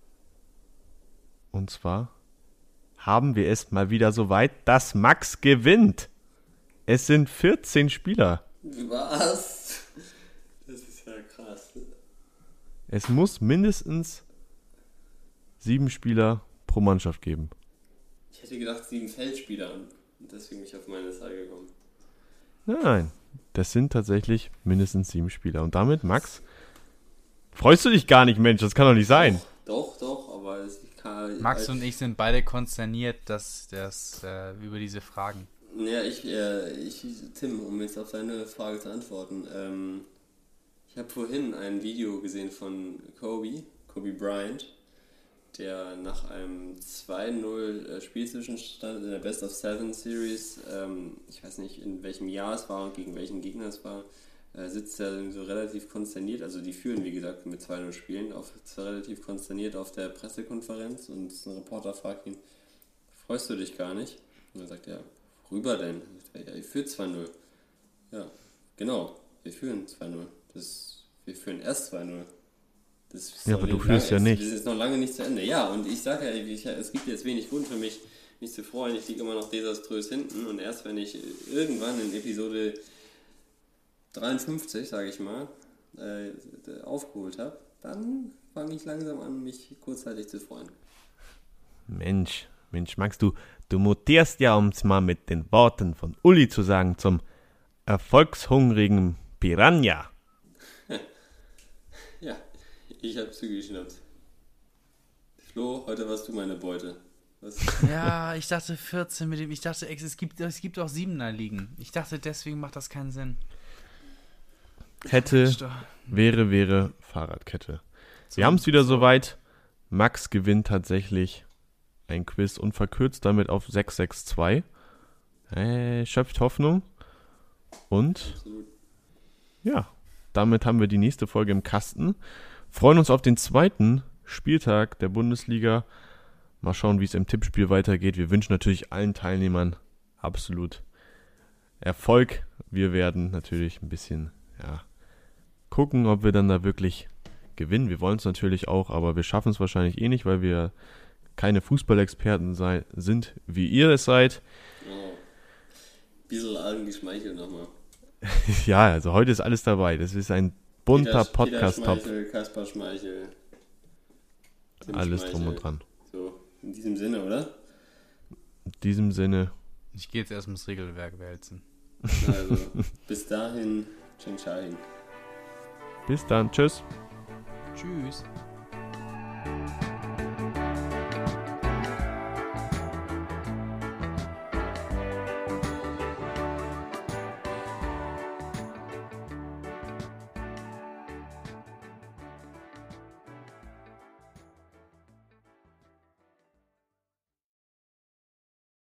Und zwar haben wir es mal wieder so weit, dass Max gewinnt. Es sind 14 Spieler. Was? Das ist ja krass. Es muss mindestens 7 Spieler pro Mannschaft geben. Ich hätte gedacht 7 Feldspieler. Deswegen bin ich auf meine Zahl gekommen. Nein, das sind tatsächlich mindestens 7 Spieler. Und damit, Max, freust du dich gar nicht, Mensch, das kann doch nicht sein. Doch, aber es kann... Max und ich sind beide konsterniert, dass über diese Fragen. Ja, Tim, um jetzt auf deine Frage zu antworten. Ich habe vorhin ein Video gesehen von Kobe Bryant, der nach einem 2-0 Spielzwischenstand in der Best of 7 Series, ich weiß nicht in welchem Jahr es war und gegen welchen Gegner es war, sitzt er so relativ konsterniert, also die führen wie gesagt mit 2-0 Spielen, relativ konsterniert auf der Pressekonferenz und ein Reporter fragt ihn, freust du dich gar nicht? Und dann sagt er, worüber denn? Ja, ihr führt 2-0. Ja, genau, wir führen 2-0. Wir führen erst 2-0. Ja, aber du fühlst ja nicht. Das ist noch lange nicht zu Ende. Ja, und ich sage ja, es gibt jetzt wenig Grund für mich, mich zu freuen. Ich liege immer noch desaströs hinten. Und erst wenn ich irgendwann in Episode 53, sage ich mal, aufgeholt habe, dann fange ich langsam an, mich kurzzeitig zu freuen. Mensch, Max, du mutierst ja, um es mal mit den Worten von Uli zu sagen, zum erfolgshungrigen Piranha. Ja, ich habe zugeschnappt. Flo, heute warst du meine Beute. Was? Ja, ich dachte 14 mit dem. Ich dachte, es gibt auch 7er liegen. Ich dachte, deswegen macht das keinen Sinn. Wäre Fahrradkette. Wir haben es wieder soweit. Max gewinnt tatsächlich ein Quiz und verkürzt damit auf 662. Schöpft Hoffnung. Und Absolut. Ja, damit haben wir die nächste Folge im Kasten. Freuen uns auf den zweiten Spieltag der Bundesliga. Mal schauen, wie es im Tippspiel weitergeht. Wir wünschen natürlich allen Teilnehmern absolut Erfolg. Wir werden natürlich ein bisschen gucken, ob wir dann da wirklich gewinnen. Wir wollen es natürlich auch, aber wir schaffen es wahrscheinlich eh nicht, weil wir keine Fußballexperten sind, wie ihr es seid. Oh. Bisschen allen geschmeichelt nochmal. Ja, also heute ist alles dabei. Das ist ein bunter Podcast-Topf. Kaspar Schmeichel. Tim Alles Schmeichel. drum und dran. So, in diesem Sinne, oder? In diesem Sinne. Ich gehe jetzt erstmal ins Regelwerk wälzen. Also, bis dahin, Cheng Shahin. Bis dann. Tschüss. Tschüss.